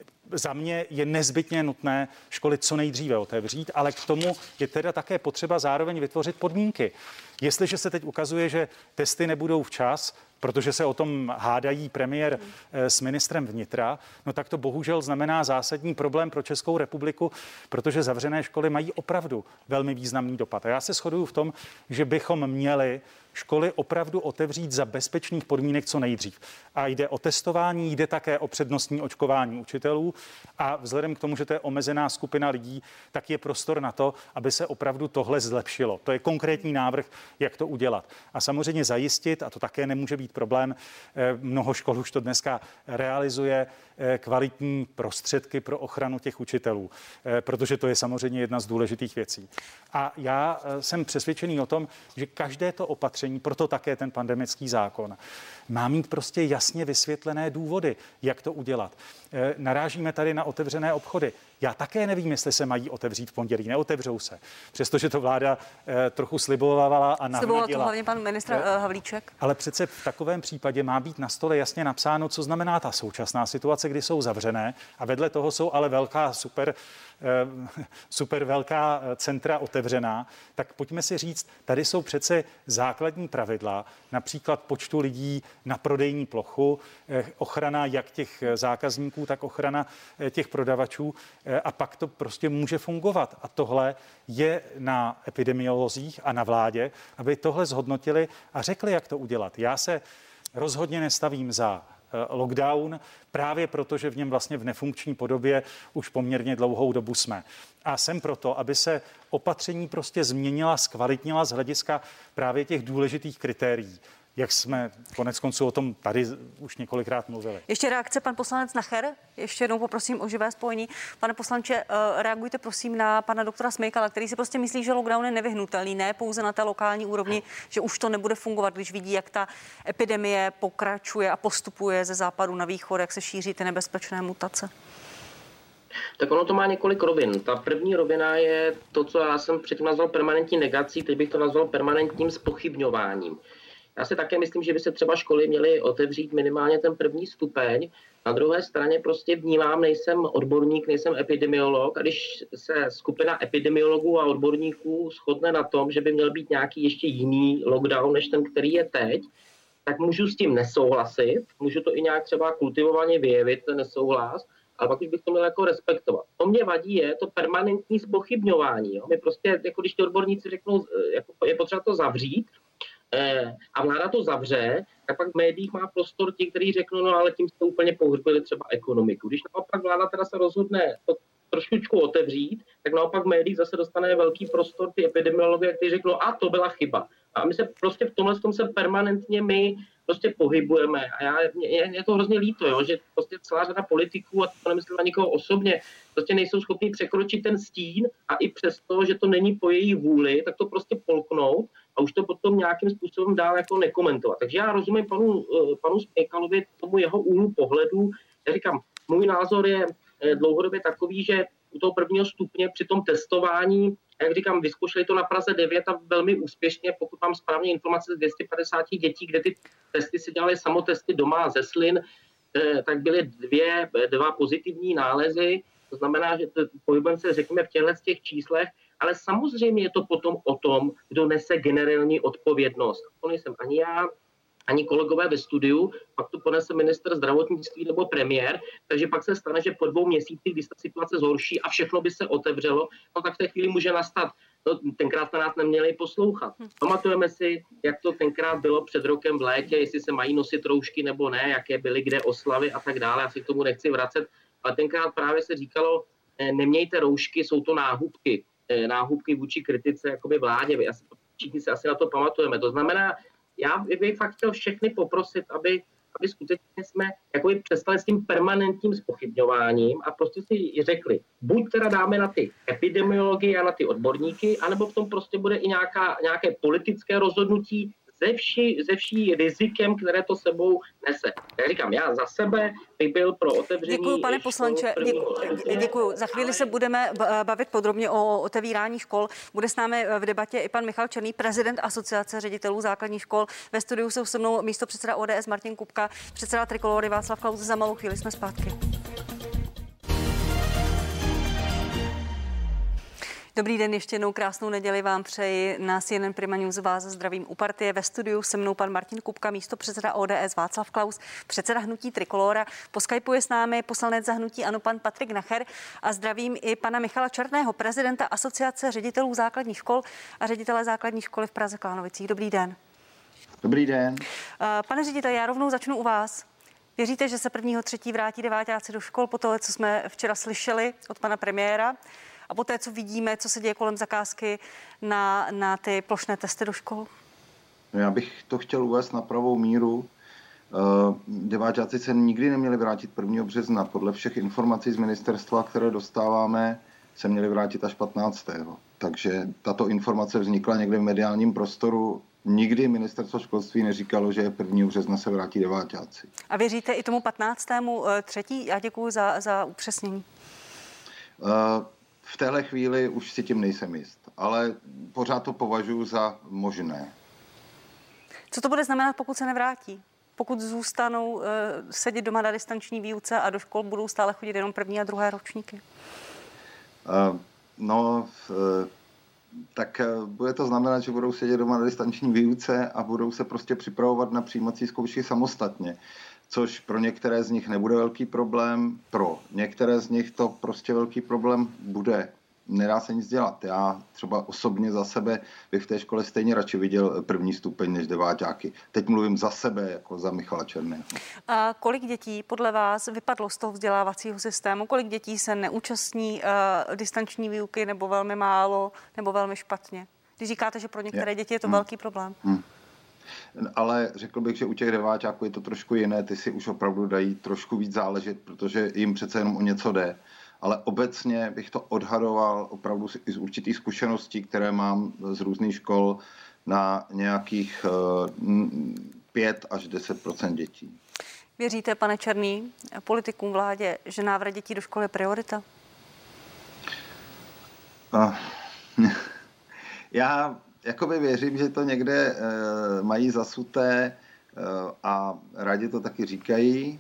za mě je nezbytně nutné školy co nejdříve otevřít, ale k tomu je teda také potřeba zároveň vytvořit podmínky. Jestliže se teď ukazuje, že testy nebudou včas, protože se o tom hádají premiér s ministrem vnitra, no tak to bohužel znamená zásadní problém pro Českou republiku, protože zavřené školy mají opravdu velmi významný dopad. A já se shoduju v tom, že bychom měli školy opravdu otevřít za bezpečných podmínek co nejdřív. A jde o testování, jde také o přednostní očkování učitelů a vzhledem k tomu, že to je omezená skupina lidí, tak je prostor na to, aby se opravdu tohle zlepšilo. To je konkrétní návrh, jak to udělat. A samozřejmě zajistit, a to také nemůže být být problém. Mnoho škol už to dneska realizuje, kvalitní prostředky pro ochranu těch učitelů, protože to je samozřejmě jedna z důležitých věcí. A já jsem přesvědčený o tom, že každé to opatření, proto také ten pandemický zákon, má mít prostě jasně vysvětlené důvody, jak to udělat. Narážíme tady na otevřené obchody. Já také nevím, jestli se mají otevřít v pondělí. Neotevřou se. Přestože to vláda trochu slibovala a nahradila. Sliboval to hlavně pan ministr Havlíček. Ale přece v takovém případě má být na stole jasně napsáno, co znamená ta současná situace, kdy jsou zavřené a vedle toho jsou ale velká super velká centra otevřená, tak pojďme si říct, tady jsou přece základní pravidla, například počtu lidí na prodejní plochu, ochrana jak těch zákazníků, tak ochrana těch prodavačů a pak to prostě může fungovat. A tohle je na epidemiolozích a na vládě, aby tohle zhodnotili a řekli, jak to udělat. Já se rozhodně nestavím za lockdown, právě proto, že v něm vlastně v nefunkční podobě už poměrně dlouhou dobu jsme. A jsem proto, aby se opatření prostě změnila, zkvalitnila z hlediska právě těch důležitých kritérií, jak jsme konec konců o tom tady už několikrát mluvili. Ještě reakce pan poslanec Nacher. Ještě jednou poprosím o živé spojení. Pane poslanče, reagujte prosím na pana doktora Smejkala, který si prostě myslí, že lockdown je nevyhnutelný, ne pouze na té lokální úrovni, že už to nebude fungovat, když vidí, jak ta epidemie pokračuje a postupuje ze západu na východ, jak se šíří ty nebezpečné mutace. Tak ono to má několik rovin. Ta první rovina je to, co já jsem předtím nazval permanentní negací, teď bych to nazval permanentním zpochybňováním. Já si také myslím, že by se třeba školy měly otevřít minimálně ten první stupeň. Na druhé straně prostě vnímám, nejsem odborník, nejsem epidemiolog, a když se skupina epidemiologů a odborníků shodne na tom, že by měl být nějaký ještě jiný lockdown, než ten, který je teď, tak můžu s tím nesouhlasit, můžu to i nějak třeba kultivovaně vyjevit, ten nesouhlas, ale pak už bych to měl jako respektovat. To mě vadí je to permanentní zpochybňování. Jo? My prostě, jako když ty odborníci řeknou, jako je potřeba to zavřít, a vláda to zavře, tak pak v médiích má prostor ti, kteří řeknou, no ale tím jste úplně pohřbili třeba ekonomiku. Když naopak vláda teda se rozhodne to trošičku otevřít, tak naopak v médiích zase dostane velký prostor ty epidemiologie, kteří řeknou, a to byla chyba. A my se prostě v tomhle se permanentně my prostě pohybujeme. A je to hrozně líto, jo, že prostě celá řada politiků, a to nemyslím na nikoho osobně, prostě nejsou schopni překročit ten stín a i přesto, že to není po její vůli, tak to prostě polknout a už to potom nějakým způsobem dál jako nekomentovat. Takže já rozumím panu Smejkalovi tomu jeho úhlu pohledu. Já říkám, můj názor je dlouhodobě takový, že u toho prvního stupně při tom testování, jak říkám, vyzkoušeli to na Praze 9 a velmi úspěšně, pokud mám správně informace z 250 dětí, kde ty testy se dělaly samotesty doma ze slin, tak byly dva pozitivní nálezy. To znamená, že pohybujeme se, řekněme, v těch číslech, ale samozřejmě je to potom o tom, kdo nese generální odpovědnost. To nejsem ani já, ani kolegové ve studiu, pak to ponese ministr zdravotnictví nebo premiér, takže pak se stane, že po 2 měsících, když ta situace zhorší a všechno by se otevřelo, no tak v té chvíli může nastat. No, tenkrát jsme nás neměli poslouchat. Pamatujeme si, jak to tenkrát bylo před rokem v létě, jestli se mají nosit roušky nebo ne, jaké byly kde oslavy a tak dále, já si k tomu nechci vracet, ale tenkrát právě se říkalo, nemějte roušky, jsou to náhubky. Náhubky vůči kritice jakoby vládě. Všichni se asi na to pamatujeme. To znamená, já bych fakt chtěl všechny poprosit, aby skutečně jsme jakoby přestali s tím permanentním zpochybňováním a prostě si řekli, buď teda dáme na ty epidemiology a na ty odborníky, anebo v tom prostě bude i nějaké politické rozhodnutí ze vší rizikem, které to sebou nese. Jak říkám, já za sebe bych byl pro otevření. Děkuji, pane poslanče. Děkuji. Za chvíli se budeme bavit podrobně o otevírání škol. Bude s námi v debatě i pan Michal Černý, prezident Asociace ředitelů základních škol. Ve studiu jsou se mnou místopředseda ODS Martin Kupka, předseda Trikolory Václav Klaus. Za malou chvíli jsme zpátky. Dobrý den, ještě jednou krásnou neděli vám přeji. Na CNN Prima News vás zdravím u partie. Ve studiu se mnou pan Martin Kupka, místopředseda ODS Václav Klaus, předseda hnutí Trikolóra. Po Skypeu je s námi poslanec za hnutí ANO pan Patrik Nacher a zdravím i pana Michala Černého, prezidenta Asociace ředitelů základních škol a ředitele základní školy v Praze Klánovicích. Dobrý den. Dobrý den. Pane řediteli, já rovnou začnu u vás. Věříte, že se 1.3. vrátí deváťáci do škol po toho, co jsme včera slyšeli od pana premiéra? A poté, co vidíme, co se děje kolem zakázky na ty plošné testy do škol? Já bych to chtěl uvést na pravou míru. Deváťáci se nikdy neměli vrátit 1. března. Podle všech informací z ministerstva, které dostáváme, se měli vrátit až 15. Takže tato informace vznikla někde v mediálním prostoru. Nikdy ministerstvo školství neříkalo, že 1. března se vrátí deváťáci. A věříte i tomu 15.3.? Já děkuji za upřesnění. V téhle chvíli už si tím nejsem jist, ale pořád to považuji za možné. Co to bude znamenat, pokud se nevrátí? Pokud zůstanou sedět doma na distanční výuce a do škol budou stále chodit jenom 1. a 2. ročníky? Tak bude to znamenat, že budou sedět doma na distanční výuce a budou se prostě připravovat na přijímací zkoušky samostatně, což pro některé z nich nebude velký problém, pro některé z nich to prostě velký problém bude. Nedá se nic dělat. Já třeba osobně za sebe bych v té škole stejně radši viděl 1. stupeň než deváťáky. Teď mluvím za sebe, jako za Michala Černého. A kolik dětí podle vás vypadlo z toho vzdělávacího systému? Kolik dětí se neúčastní distanční výuky, nebo velmi málo, nebo velmi špatně? Když říkáte, že pro některé děti je to velký problém. Ale řekl bych, že u těch deváťáků je to trošku jiné. Ty si už opravdu dají trošku víc záležet, protože jim přece jenom o něco jde. Ale obecně bych to odhadoval opravdu z určitých zkušeností, které mám z různých škol, na nějakých 5 až 10% dětí. Věříte, pane Černý, politikům, vládě, že návrat dětí do školy je priorita? Já jakoby věřím, že to někde mají zasuté a rádi to taky říkají,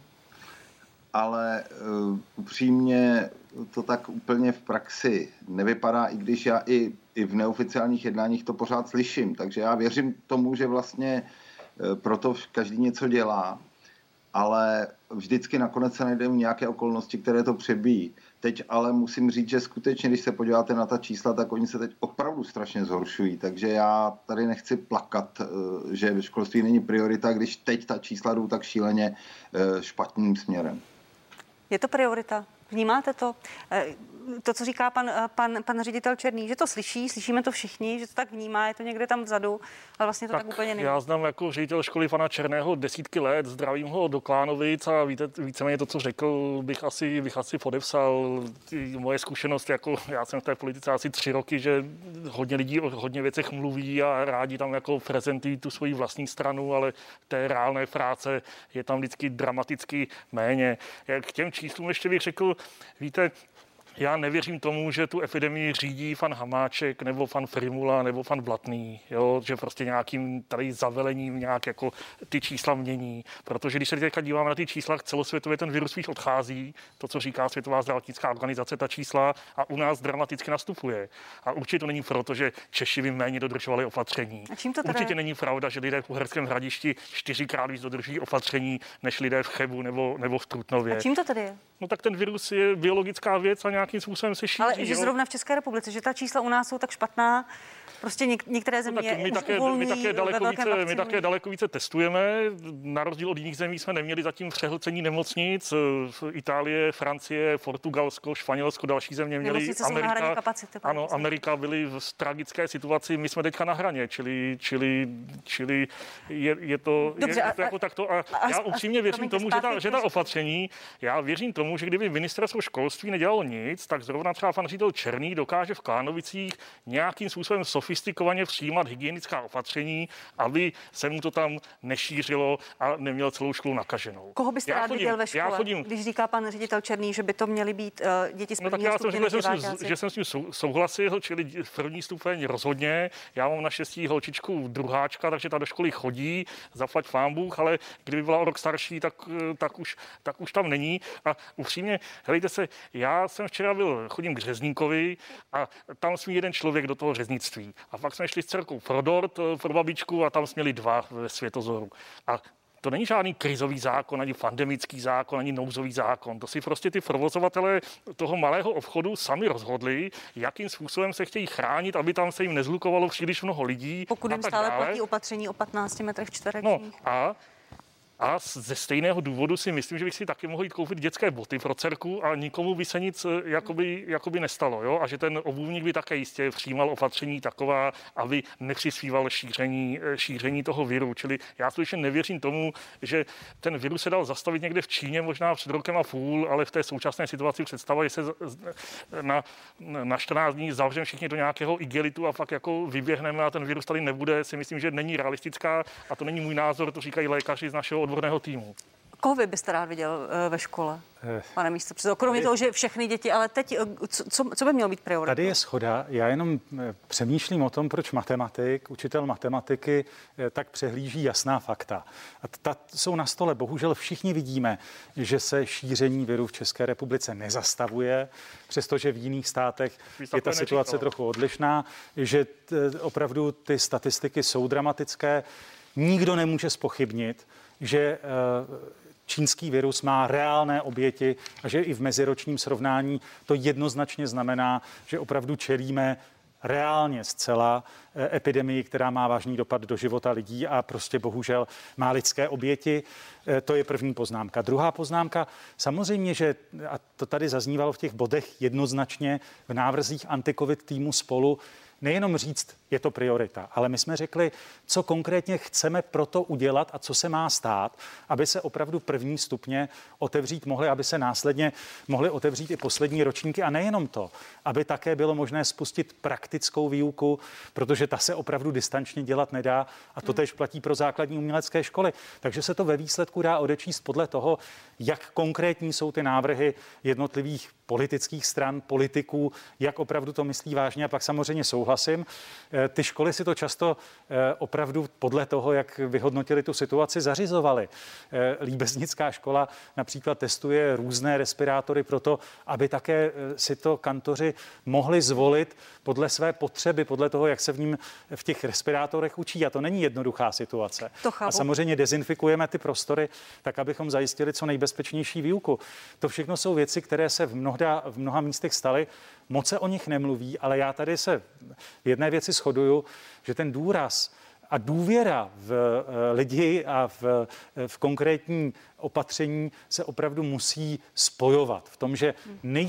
ale upřímně to tak úplně v praxi nevypadá, i když já i v neoficiálních jednáních to pořád slyším. Takže já věřím tomu, že vlastně proto každý něco dělá, ale vždycky nakonec se najdou nějaké okolnosti, které to přebíjí. Teď ale musím říct, že skutečně, když se podíváte na ta čísla, tak oni se teď opravdu strašně zhoršují. Takže já tady nechci plakat, že školství není priorita, když teď ta čísla jdou tak šíleně špatným směrem. Je to priorita? Vnímáte to? To, co říká pan ředitel Černý, že to slyšíme to všichni, že to tak vnímá, je to někde tam vzadu, ale vlastně to tak úplně není. Já znám jako ředitel školy pana Černého desítky let, zdravím ho do Klánovic a víceméně to, co řekl, bych asi podepsal. Moje zkušenost, jako já jsem v té politice asi 3 roky, že hodně lidí o hodně věcech mluví a rádi tam jako prezentují tu svoji vlastní stranu, ale té reálné práce je tam vždycky dramaticky méně. K těm číslům ještě bych řekl, víte, já nevěřím tomu, že tu epidemii řídí pan Hamáček nebo pan Prymula nebo pan Blatný, jo? Že prostě nějakým tady zavelením nějak jako ty čísla mění, protože když se teďka díváme na ty čísla, celosvětově ten virus spíš odchází, to, co říká Světová zdravotnická organizace, ta čísla a u nás dramaticky nastupuje. A určitě to není proto, že Češi by méně dodržovali opatření. A čím to teda určitě není pravda, že lidé v Uherském Hradišti 4krát víc dodržují opatření než lidé v Chebu nebo v Trutnově. A čím to tedy je? No tak ten virus je biologická věc a nějakým způsobem se šíří. Ale že zrovna v České republice, že ta čísla u nás jsou tak špatná, prostě některé země my také daleko více testujeme. Na rozdíl od jiných zemí jsme neměli zatím přehlcení nemocnic. Itálie, Francie, Portugalsko, Španělsko, další země měly. Amerika byly v tragické situaci. My jsme teďka na hraně, čili je to jako takto. A já upřímně věřím tomu, že ta opatření, já věřím tomu, že kdyby ministerstvo školství nedělalo nic, tak zrovna třeba pan ředitel Černý dokáže v Klánovicích nějakým způsobem sofistikovaně přijímat hygienická opatření, aby se mu to tam nešířilo a neměl celou školu nakaženou. Koho byste rád viděl ve škole, když říká pan ředitel Černý, že by to měly být děti z prvního stupně? No tak já jsem řekl, že jsem s tím souhlasil, čili v první stupeň rozhodně. Já mám naštěstí holčičku druháčka, takže ta do školy chodí, zaplať pán Bůh, ale kdyby byla o rok starší, tak už tam není. A upřímně, helejte se, já jsem včera chodím k řezníkovi a tam smí jeden člověk do toho řeznictví. A pak jsme šli s dcerkou pro dort, pro babičku a tam jsme měli 2 ve Světozoru. A to není žádný krizový zákon, ani pandemický zákon, ani nouzový zákon. To si prostě ty provozovatelé toho malého obchodu sami rozhodli, jakým způsobem se chtějí chránit, aby tam se jim nezhlukovalo příliš mnoho lidí. Pokud jim stále platí opatření o 15 metrech čtverečních. No A ze stejného důvodu si myslím, že bych si taky mohl jít koupit dětské boty pro dcerku a nikomu by se nic jakoby nestalo. Jo? A že ten obuvník by také jistě přijímal opatření taková, aby nepřispíval šíření toho viru. Čili já skutečně nevěřím tomu, že ten virus se dal zastavit někde v Číně možná před rokem a půl, ale v té současné situaci představa, že se na 14 dní zavřeme všichni do nějakého igelitu a fakt jako vyběhneme a ten virus tady nebude, si myslím, že není realistická a to není můj názor, to říkají lékaři z našeho odborného týmu. Koho vy byste rád viděl ve škole, pane místopředsedo? Kromě toho, že všechny děti, ale teď, co by mělo být prioritou? Tady je shoda. Já jenom přemýšlím o tom, proč učitel matematiky tak přehlíží jasná fakta. A ta jsou na stole. Bohužel všichni vidíme, že se šíření viru v České republice nezastavuje, přestože v jiných státech je ta situace trochu odlišná, že opravdu ty statistiky jsou dramatické. Nikdo nemůže zpochybnit, že čínský virus má reálné oběti a že i v meziročním srovnání to jednoznačně znamená, že opravdu čelíme reálně zcela epidemii, která má vážný dopad do života lidí a prostě bohužel má lidské oběti. To je první poznámka. Druhá poznámka, samozřejmě, že, a to tady zaznívalo v těch bodech jednoznačně v návrzích anti-covid týmu Spolu, nejenom říct, je to priorita, ale my jsme řekli, co konkrétně chceme proto udělat a co se má stát, aby se opravdu první stupně otevřít mohly, aby se následně mohly otevřít i poslední ročníky a nejenom to, aby také bylo možné spustit praktickou výuku, protože ta se opravdu distančně dělat nedá a to též platí pro základní umělecké školy. Takže se to ve výsledku dá odečíst podle toho, jak konkrétní jsou ty návrhy jednotlivých politických stran, politiků, jak opravdu to myslí vážně a pak samozřejmě souhlasím. Ty školy si to často opravdu podle toho, jak vyhodnotili tu situaci, zařizovaly. Líbeznická škola například testuje různé respirátory pro to, aby také si to kantoři mohli zvolit podle své potřeby, podle toho, jak se v těch respirátorech učí. A to není jednoduchá situace. A samozřejmě dezinfikujeme ty prostory tak, abychom zajistili co nejbezpečnější výuku. To všechno jsou věci, které se v mnoha místech staly. Moc se o nich nemluví, ale já tady se v jedné věci shoduju, že ten důraz a důvěra v lidi a v konkrétní opatření se opravdu musí spojovat v tom, že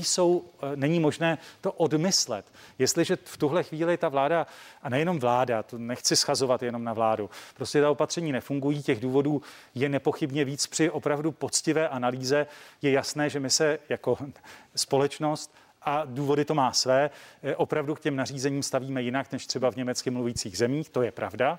není možné to odmyslet. Jestliže v tuhle chvíli ta vláda, a nejenom vláda, to nechci schazovat jenom na vládu, prostě ta opatření nefungují, těch důvodů je nepochybně víc. Při opravdu poctivé analýze je jasné, že my se jako společnost, a důvody to má své, opravdu k těm nařízením stavíme jinak, než třeba v německy mluvících zemích, to je pravda.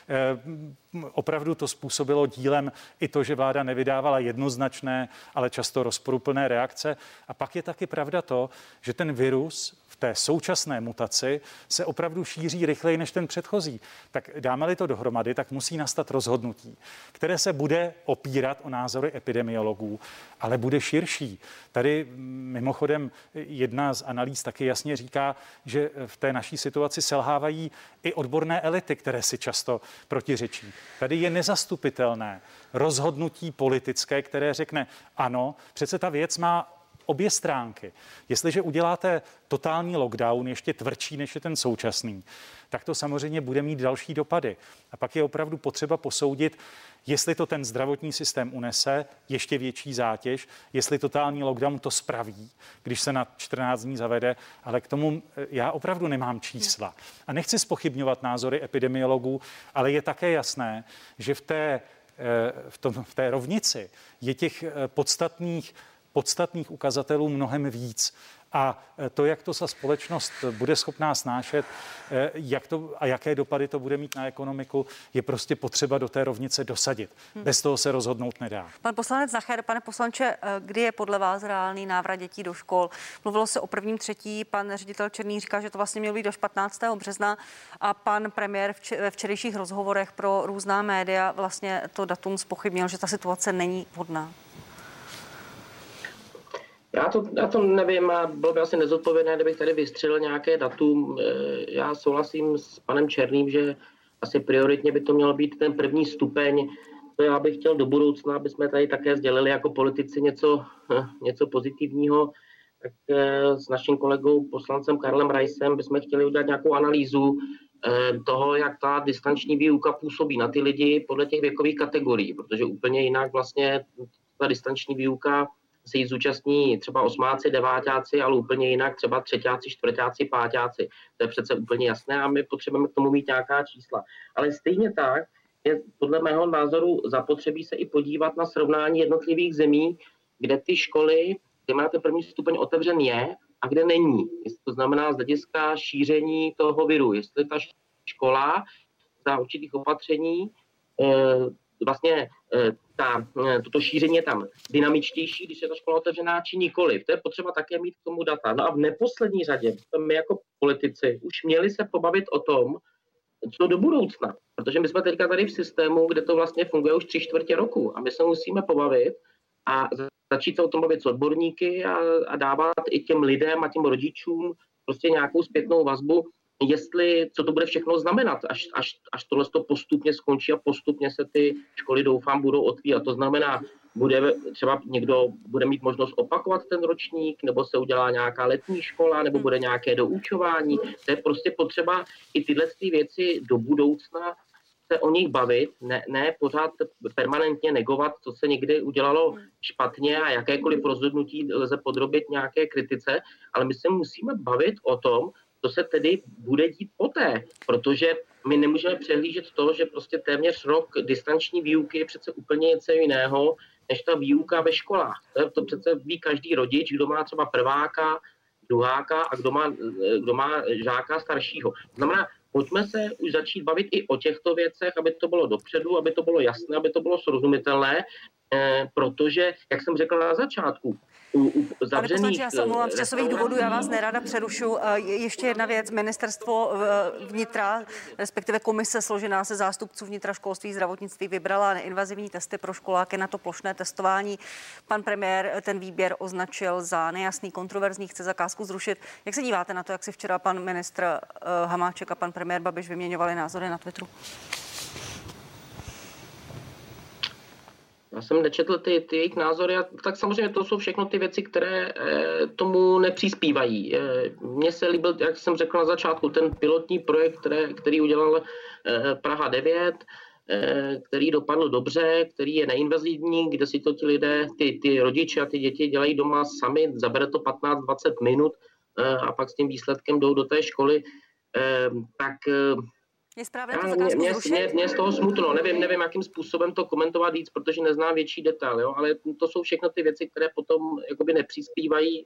Opravdu to způsobilo dílem i to, že vláda nevydávala jednoznačné, ale často rozporuplné reakce. A pak je taky pravda to, že ten virus v té současné mutaci se opravdu šíří rychleji než ten předchozí. Tak dáme-li to dohromady, tak musí nastat rozhodnutí, které se bude opírat o názory epidemiologů, ale bude širší. Tady mimochodem jedna z analýz taky jasně říká, že v té naší situaci selhávají i odborné elity, které si často protiřečí. Tady je nezastupitelné rozhodnutí politické, které řekne ano, přece ta věc má obě stránky. Jestliže uděláte totální lockdown, ještě tvrdší než je ten současný, tak to samozřejmě bude mít další dopady. A pak je opravdu potřeba posoudit, jestli to ten zdravotní systém unese, ještě větší zátěž, jestli totální lockdown to spraví, když se na 14 dní zavede, ale k tomu já opravdu nemám čísla. A nechci zpochybňovat názory epidemiologů, ale je také jasné, že v té rovnici je těch podstatných ukazatelů mnohem víc. A to, jak to sa společnost bude schopná snášet, jaké dopady to bude mít na ekonomiku, je prostě potřeba do té rovnice dosadit. Bez toho se rozhodnout nedá. Pan poslanec Nacher, pane poslanče, kdy je podle vás reálný návrat dětí do škol? Mluvilo se o 1.3., pan ředitel Černý říká, že to vlastně mělo být do 15. března a pan premiér ve včerejších rozhovorech pro různá média vlastně to datum zpochybnil, že ta situace není vhodná. Já to nevím a bylo by asi nezodpovědné, kdybych tady vystřelil nějaké datum. Já souhlasím s panem Černým, že asi prioritně by to mělo být ten první stupeň. To já bych chtěl do budoucna, aby jsme tady také sdělili jako politici něco pozitivního. Tak s naším kolegou poslancem Karlem Raisem bychom chtěli udělat nějakou analýzu, toho, jak ta distanční výuka působí na ty lidi podle těch věkových kategorií, protože úplně jinak vlastně ta distanční výuka se jí zúčastní třeba osmáci, deváťáci, ale úplně jinak třeba třeťáci, čtvrťáci, páťáci. To je přece úplně jasné a my potřebujeme k tomu mít nějaká čísla. Ale stejně tak je podle mého názoru zapotřebí se i podívat na srovnání jednotlivých zemí, kde ty školy, kde máte první stupeň otevřen je a kde není. To znamená z hlediska šíření toho viru. Jestli ta škola za určitých opatření vlastně toto šíření je tam dynamičtější, když je ta škola otevřená, či nikoliv. To je potřeba také mít k tomu data. No a v neposlední řadě my jako politici už měli se pobavit o tom, co do budoucna. Protože my jsme teďka tady v systému, kde to vlastně funguje už 3/4 roku a my se musíme pobavit a začít se o tom bavit s odborníky a dávat i těm lidem a těm rodičům prostě nějakou zpětnou vazbu, co to bude všechno znamenat, až tohle to postupně skončí a postupně se ty školy, doufám, budou otvírat. To znamená, třeba někdo bude mít možnost opakovat ten ročník, nebo se udělá nějaká letní škola, nebo bude nějaké doučování. To je prostě potřeba i tyhle věci do budoucna se o nich bavit, ne pořád permanentně negovat, co se někdy udělalo špatně a jakékoliv rozhodnutí lze podrobit nějaké kritice, ale my se musíme bavit o tom, co se tedy bude dít poté, protože my nemůžeme přehlížet to, že prostě téměř rok distanční výuky je přece úplně něco jiného, než ta výuka ve školách. To přece ví každý rodič, kdo má třeba prváka, druháka a kdo má žáka staršího. To znamená, pojďme se už začít bavit i o těchto věcech, aby to bylo dopředu, aby to bylo jasné, aby to bylo srozumitelné, protože, jak jsem řekl na začátku, Pane poslanče, já se omlouvám z časových důvodů, já vás nerada přerušu. Ještě jedna věc, ministerstvo vnitra, respektive komise složená se zástupců vnitra, školství, zdravotnictví vybrala neinvazivní testy pro školáky na to plošné testování. Pan premiér ten výběr označil za nejasný, kontroverzní, chce zakázku zrušit. Jak se díváte na to, jak si včera pan ministr Hamáček a pan premiér Babiš vyměňovali názory na Twitteru? Já jsem nečetl ty jejich názory, tak samozřejmě to jsou všechno ty věci, které tomu nepřispívají. Mně se líbil, jak jsem řekl na začátku, ten pilotní projekt, který udělal Praha 9, který dopadl dobře, který je neinvazivní, kde si to ti lidé, ty rodiče a ty děti dělají doma sami, zabere to 15-20 minut a pak s tím výsledkem jdou do té školy, tak... Je správné to zakázku zrušit? Mě z toho smutno, nevím, jakým způsobem to komentovat víc, protože neznám větší detail, jo? Ale to jsou všechno ty věci, které potom jakoby nepřispívají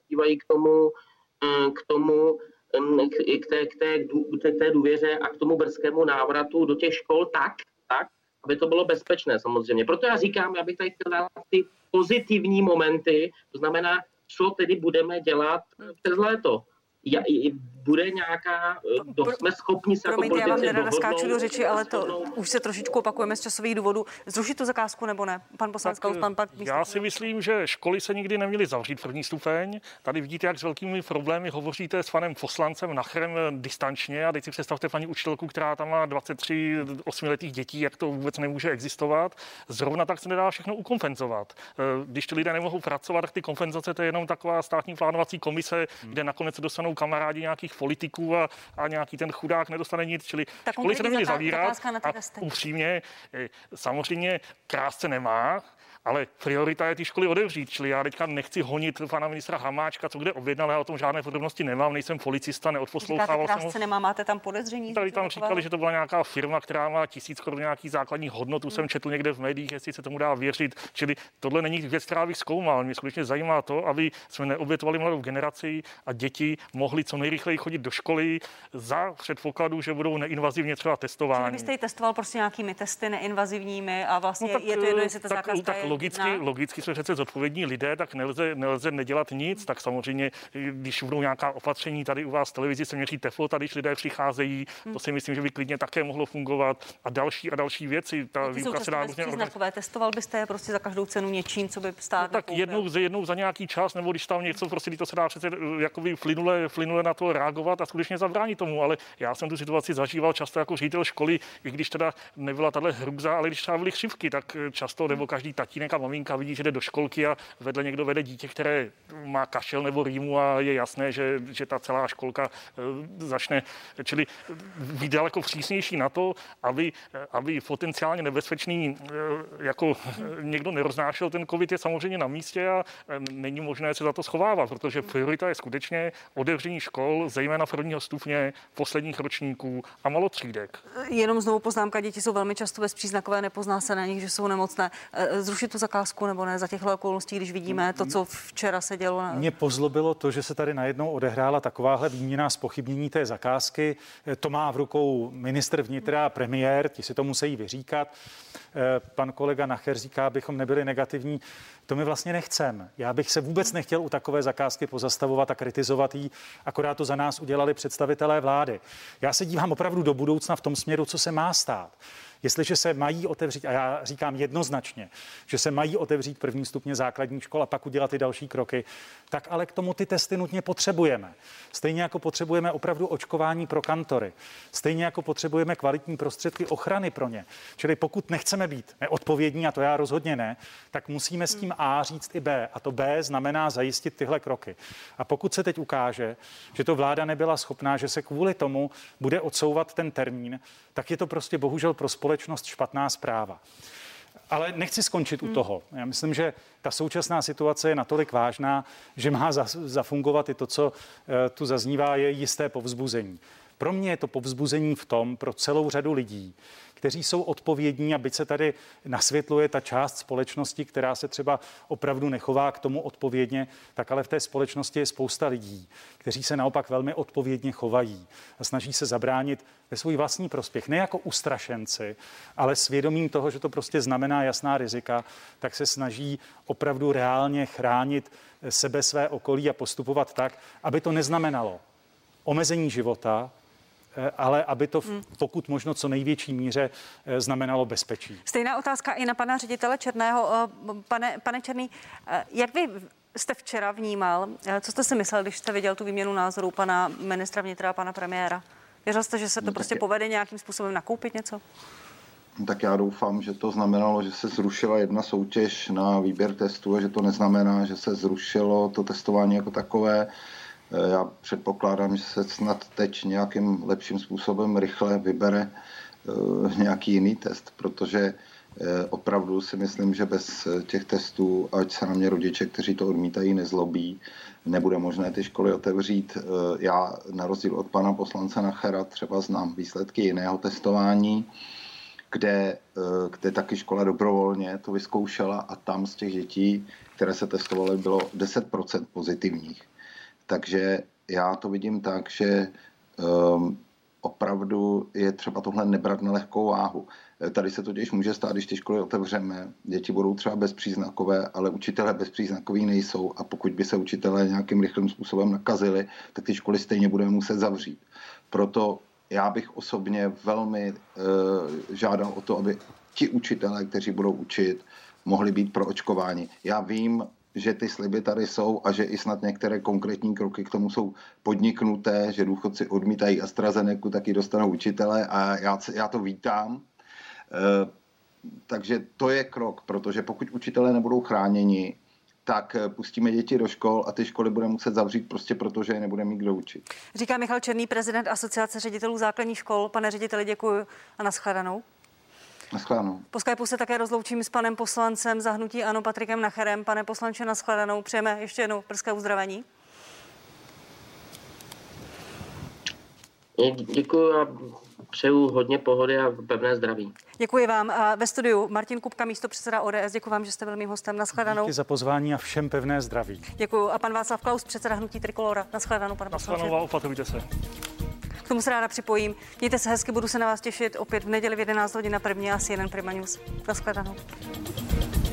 k té důvěře a k tomu brzkému návratu do těch škol tak, aby to bylo bezpečné samozřejmě. Proto já říkám, já bych tady chtěl dát ty pozitivní momenty, to znamená, co tedy budeme dělat přes léto. Bude nějaká, jsme schopni se jako politici já vám nerada dohodnout, skáču do řeči, ale to už se trošičku opakujeme z časových důvodů. Zrušit tu zakázku nebo ne? Pan poslanec Kaufmann, pak já si myslím, že školy se nikdy neměly zavřít první stupeň. Tady vidíte, jak s velkými problémy hovoříte s panem poslancem Nacherem distančně a teď si představte paní učitelku, která tam má 23 8letých dětí, jak to vůbec nemůže existovat. Zrovna tak se nedá všechno ukompenzovat. Když ty lidé nemohou pracovat, tak ty kompenzace to je jenom taková státní plánovací komise, kde nakonec dostanou kamarádi nějakých politiků a nějaký ten chudák nedostane nic, čili školy se neměly zavírat a upřímně samozřejmě krásce nemá, ale priorita je ty školy otevřít, čili já teďka nechci honit pana ministra Hamáčka, co kde objednal, já o tom žádné podrobnosti nemám, nejsem policista, neodposlouchával jsem ho. Krásce nemá, máte tam podezření? Tady tam říkali, že to byla nějaká firma, která má 1000 korun nějaký základní hodnotu, jsem četl někde v médiích, jestli se tomu dá věřit, čili tohle není věc, která bych zkoumal. Mě skutečně zajímá to, aby jsme neobětovali mladou generaci a děti mohly co nejrychleji chodit do školy za předpokladu, že budou neinvazivně třeba testováni. Čili byste ji testoval prostě nějakými testy neinvazivními a vlastně no, je to jedno, jestli ta zakázka je logicky jsme přece zodpovědní lidé, tak nelze nedělat nic, tak samozřejmě, když budou nějaká opatření, tady u vás v televizi se měří teplota, když lidé přicházejí, to si myslím, že by klidně také mohlo fungovat a další věci. Ta výuka se dá různě testoval byste je prostě za každou cenu něčím, co by stát tak jednou za nějaký čas, nebo když tam něco, prostě to se dá přece jakoby flynule na to reagovat a skutečně zabránit tomu, ale já jsem tu situaci zažíval často jako ředitel školy, i když teda nebyla tahle hrůza, ale když třeba byly chřipky, tak často nebo každý tatínek nějaká maminka vidí, že jde do školky a vedle někdo vede dítě, které má kašel nebo rýmu a je jasné, že ta celá školka začne, čili být daleko přísnější na to, aby potenciálně nebezpečný jako někdo neroznášel ten covid, je samozřejmě na místě a není možné se za to schovávat, protože priorita je skutečně otevření škol, zejména prvního stupně, posledních ročníků a malotřídek. Jenom znovu poznámka, děti jsou velmi často bezpříznakové, nepozná se na nich, že jsou nemocné. Zrušit tu zakázku nebo ne za těchto okolností, když vidíme to, co včera se dělo? Mě pozlobilo to, že se tady najednou odehrála takováhle výměna zpochybnění té zakázky. To má v rukou ministr vnitra a premiér, ti si to musí vyříkat. Pan kolega Nacher říká, abychom nebyli negativní. To my vlastně nechceme. Já bych se vůbec nechtěl u takové zakázky pozastavovat a kritizovat jí, akorát to za nás udělali představitelé vlády. Já se dívám opravdu do budoucna v tom směru, co se má stát. Jestliže se mají otevřít, a já říkám jednoznačně, že se mají otevřít první stupně základní škol a pak udělat ty další kroky, tak ale k tomu ty testy nutně potřebujeme. Stejně jako potřebujeme opravdu očkování pro kantory. Stejně jako potřebujeme kvalitní prostředky ochrany pro ně. Čili pokud nechceme být neodpovědní, a to já rozhodně ne, tak musíme s tím A říct i B. A to B znamená zajistit tyhle kroky. A pokud se teď ukáže, že to vláda nebyla schopná, že se kvůli tomu bude odsouvat ten termín, tak je to prostě bohužel pro společnost špatná zpráva. Ale nechci skončit u toho. Já myslím, že ta současná situace je natolik vážná, že má zafungovat i to, co tu zaznívá, je jisté povzbuzení. Pro mě je to povzbuzení v tom, pro celou řadu lidí, kteří jsou odpovědní, a byť se tady nasvětluje ta část společnosti, která se třeba opravdu nechová k tomu odpovědně, tak ale v té společnosti je spousta lidí, kteří se naopak velmi odpovědně chovají a snaží se zabránit ve svůj vlastní prospěch, ne jako ustrašenci, ale svědomím toho, že to prostě znamená jasná rizika, tak se snaží opravdu reálně chránit sebe, své okolí a postupovat tak, aby to neznamenalo omezení života, ale aby to pokud možno co největší míře znamenalo bezpečí. Stejná otázka i na pana ředitele Černého. Pane Černý, jak vy jste včera vnímal, co jste si myslel, když jste viděl tu výměnu názorů pana ministra vnitra a pana premiéra? Věřil jste, že se to prostě povede nějakým způsobem nakoupit něco? Tak já doufám, že to znamenalo, že se zrušila jedna soutěž na výběr testů a že to neznamená, že se zrušilo to testování jako takové. Já předpokládám, že se snad teď nějakým lepším způsobem rychle vybere nějaký jiný test, protože opravdu si myslím, že bez těch testů, ať se na mě rodiče, kteří to odmítají, nezlobí, nebude možné ty školy otevřít. Já na rozdíl od pana poslance Nachera třeba znám výsledky jiného testování, kde taky škola dobrovolně to vyzkoušela a tam z těch dětí, které se testovaly, bylo 10% pozitivních. Takže já to vidím tak, že opravdu je třeba tohle nebrat na lehkou váhu. Tady se totiž může stát, když ty školy otevřeme, děti budou třeba bezpříznakové, ale učitelé bezpříznakoví nejsou a pokud by se učitelé nějakým rychlým způsobem nakazili, tak ty školy stejně budeme muset zavřít. Proto já bych osobně velmi žádal o to, aby ti učitelé, kteří budou učit, mohli být proočkováni. Já vím, že ty sliby tady jsou a že i snad některé konkrétní kroky k tomu jsou podniknuté, že důchodci odmítají AstraZenecu, taky dostanou učitelé a já to vítám. Takže to je krok, protože pokud učitelé nebudou chráněni, tak pustíme děti do škol a ty školy budeme muset zavřít prostě proto, že je nebude mít kdo učit. Říká Michal Černý, prezident Asociace ředitelů základních škol. Pane řediteli, děkuji a nashledanou. Nashledanou. Po Skypeu se také rozloučím s panem poslancem za hnutí ANO Patrikem Nacherem. Pane poslanče, nashledanou. Přejeme ještě jednou brzké uzdravení. Děkuji a přeju hodně pohody a pevné zdraví. Děkuji vám. A ve studiu Martin Kupka, místopředseda ODS. Děkuji vám, že jste byl mým hostem. Nashledanou. Díky za pozvání a všem pevné zdraví. Děkuji. A pan Václav Klaus, předseda hnutí Trikolora. Nashledanou, pane poslanče. Nashledanou a opatrujte se. K tomu se ráda připojím. Mějte se hezky, budu se na vás těšit opět v neděli v 11 hodin na První a CNN Prima News. Nashledanou.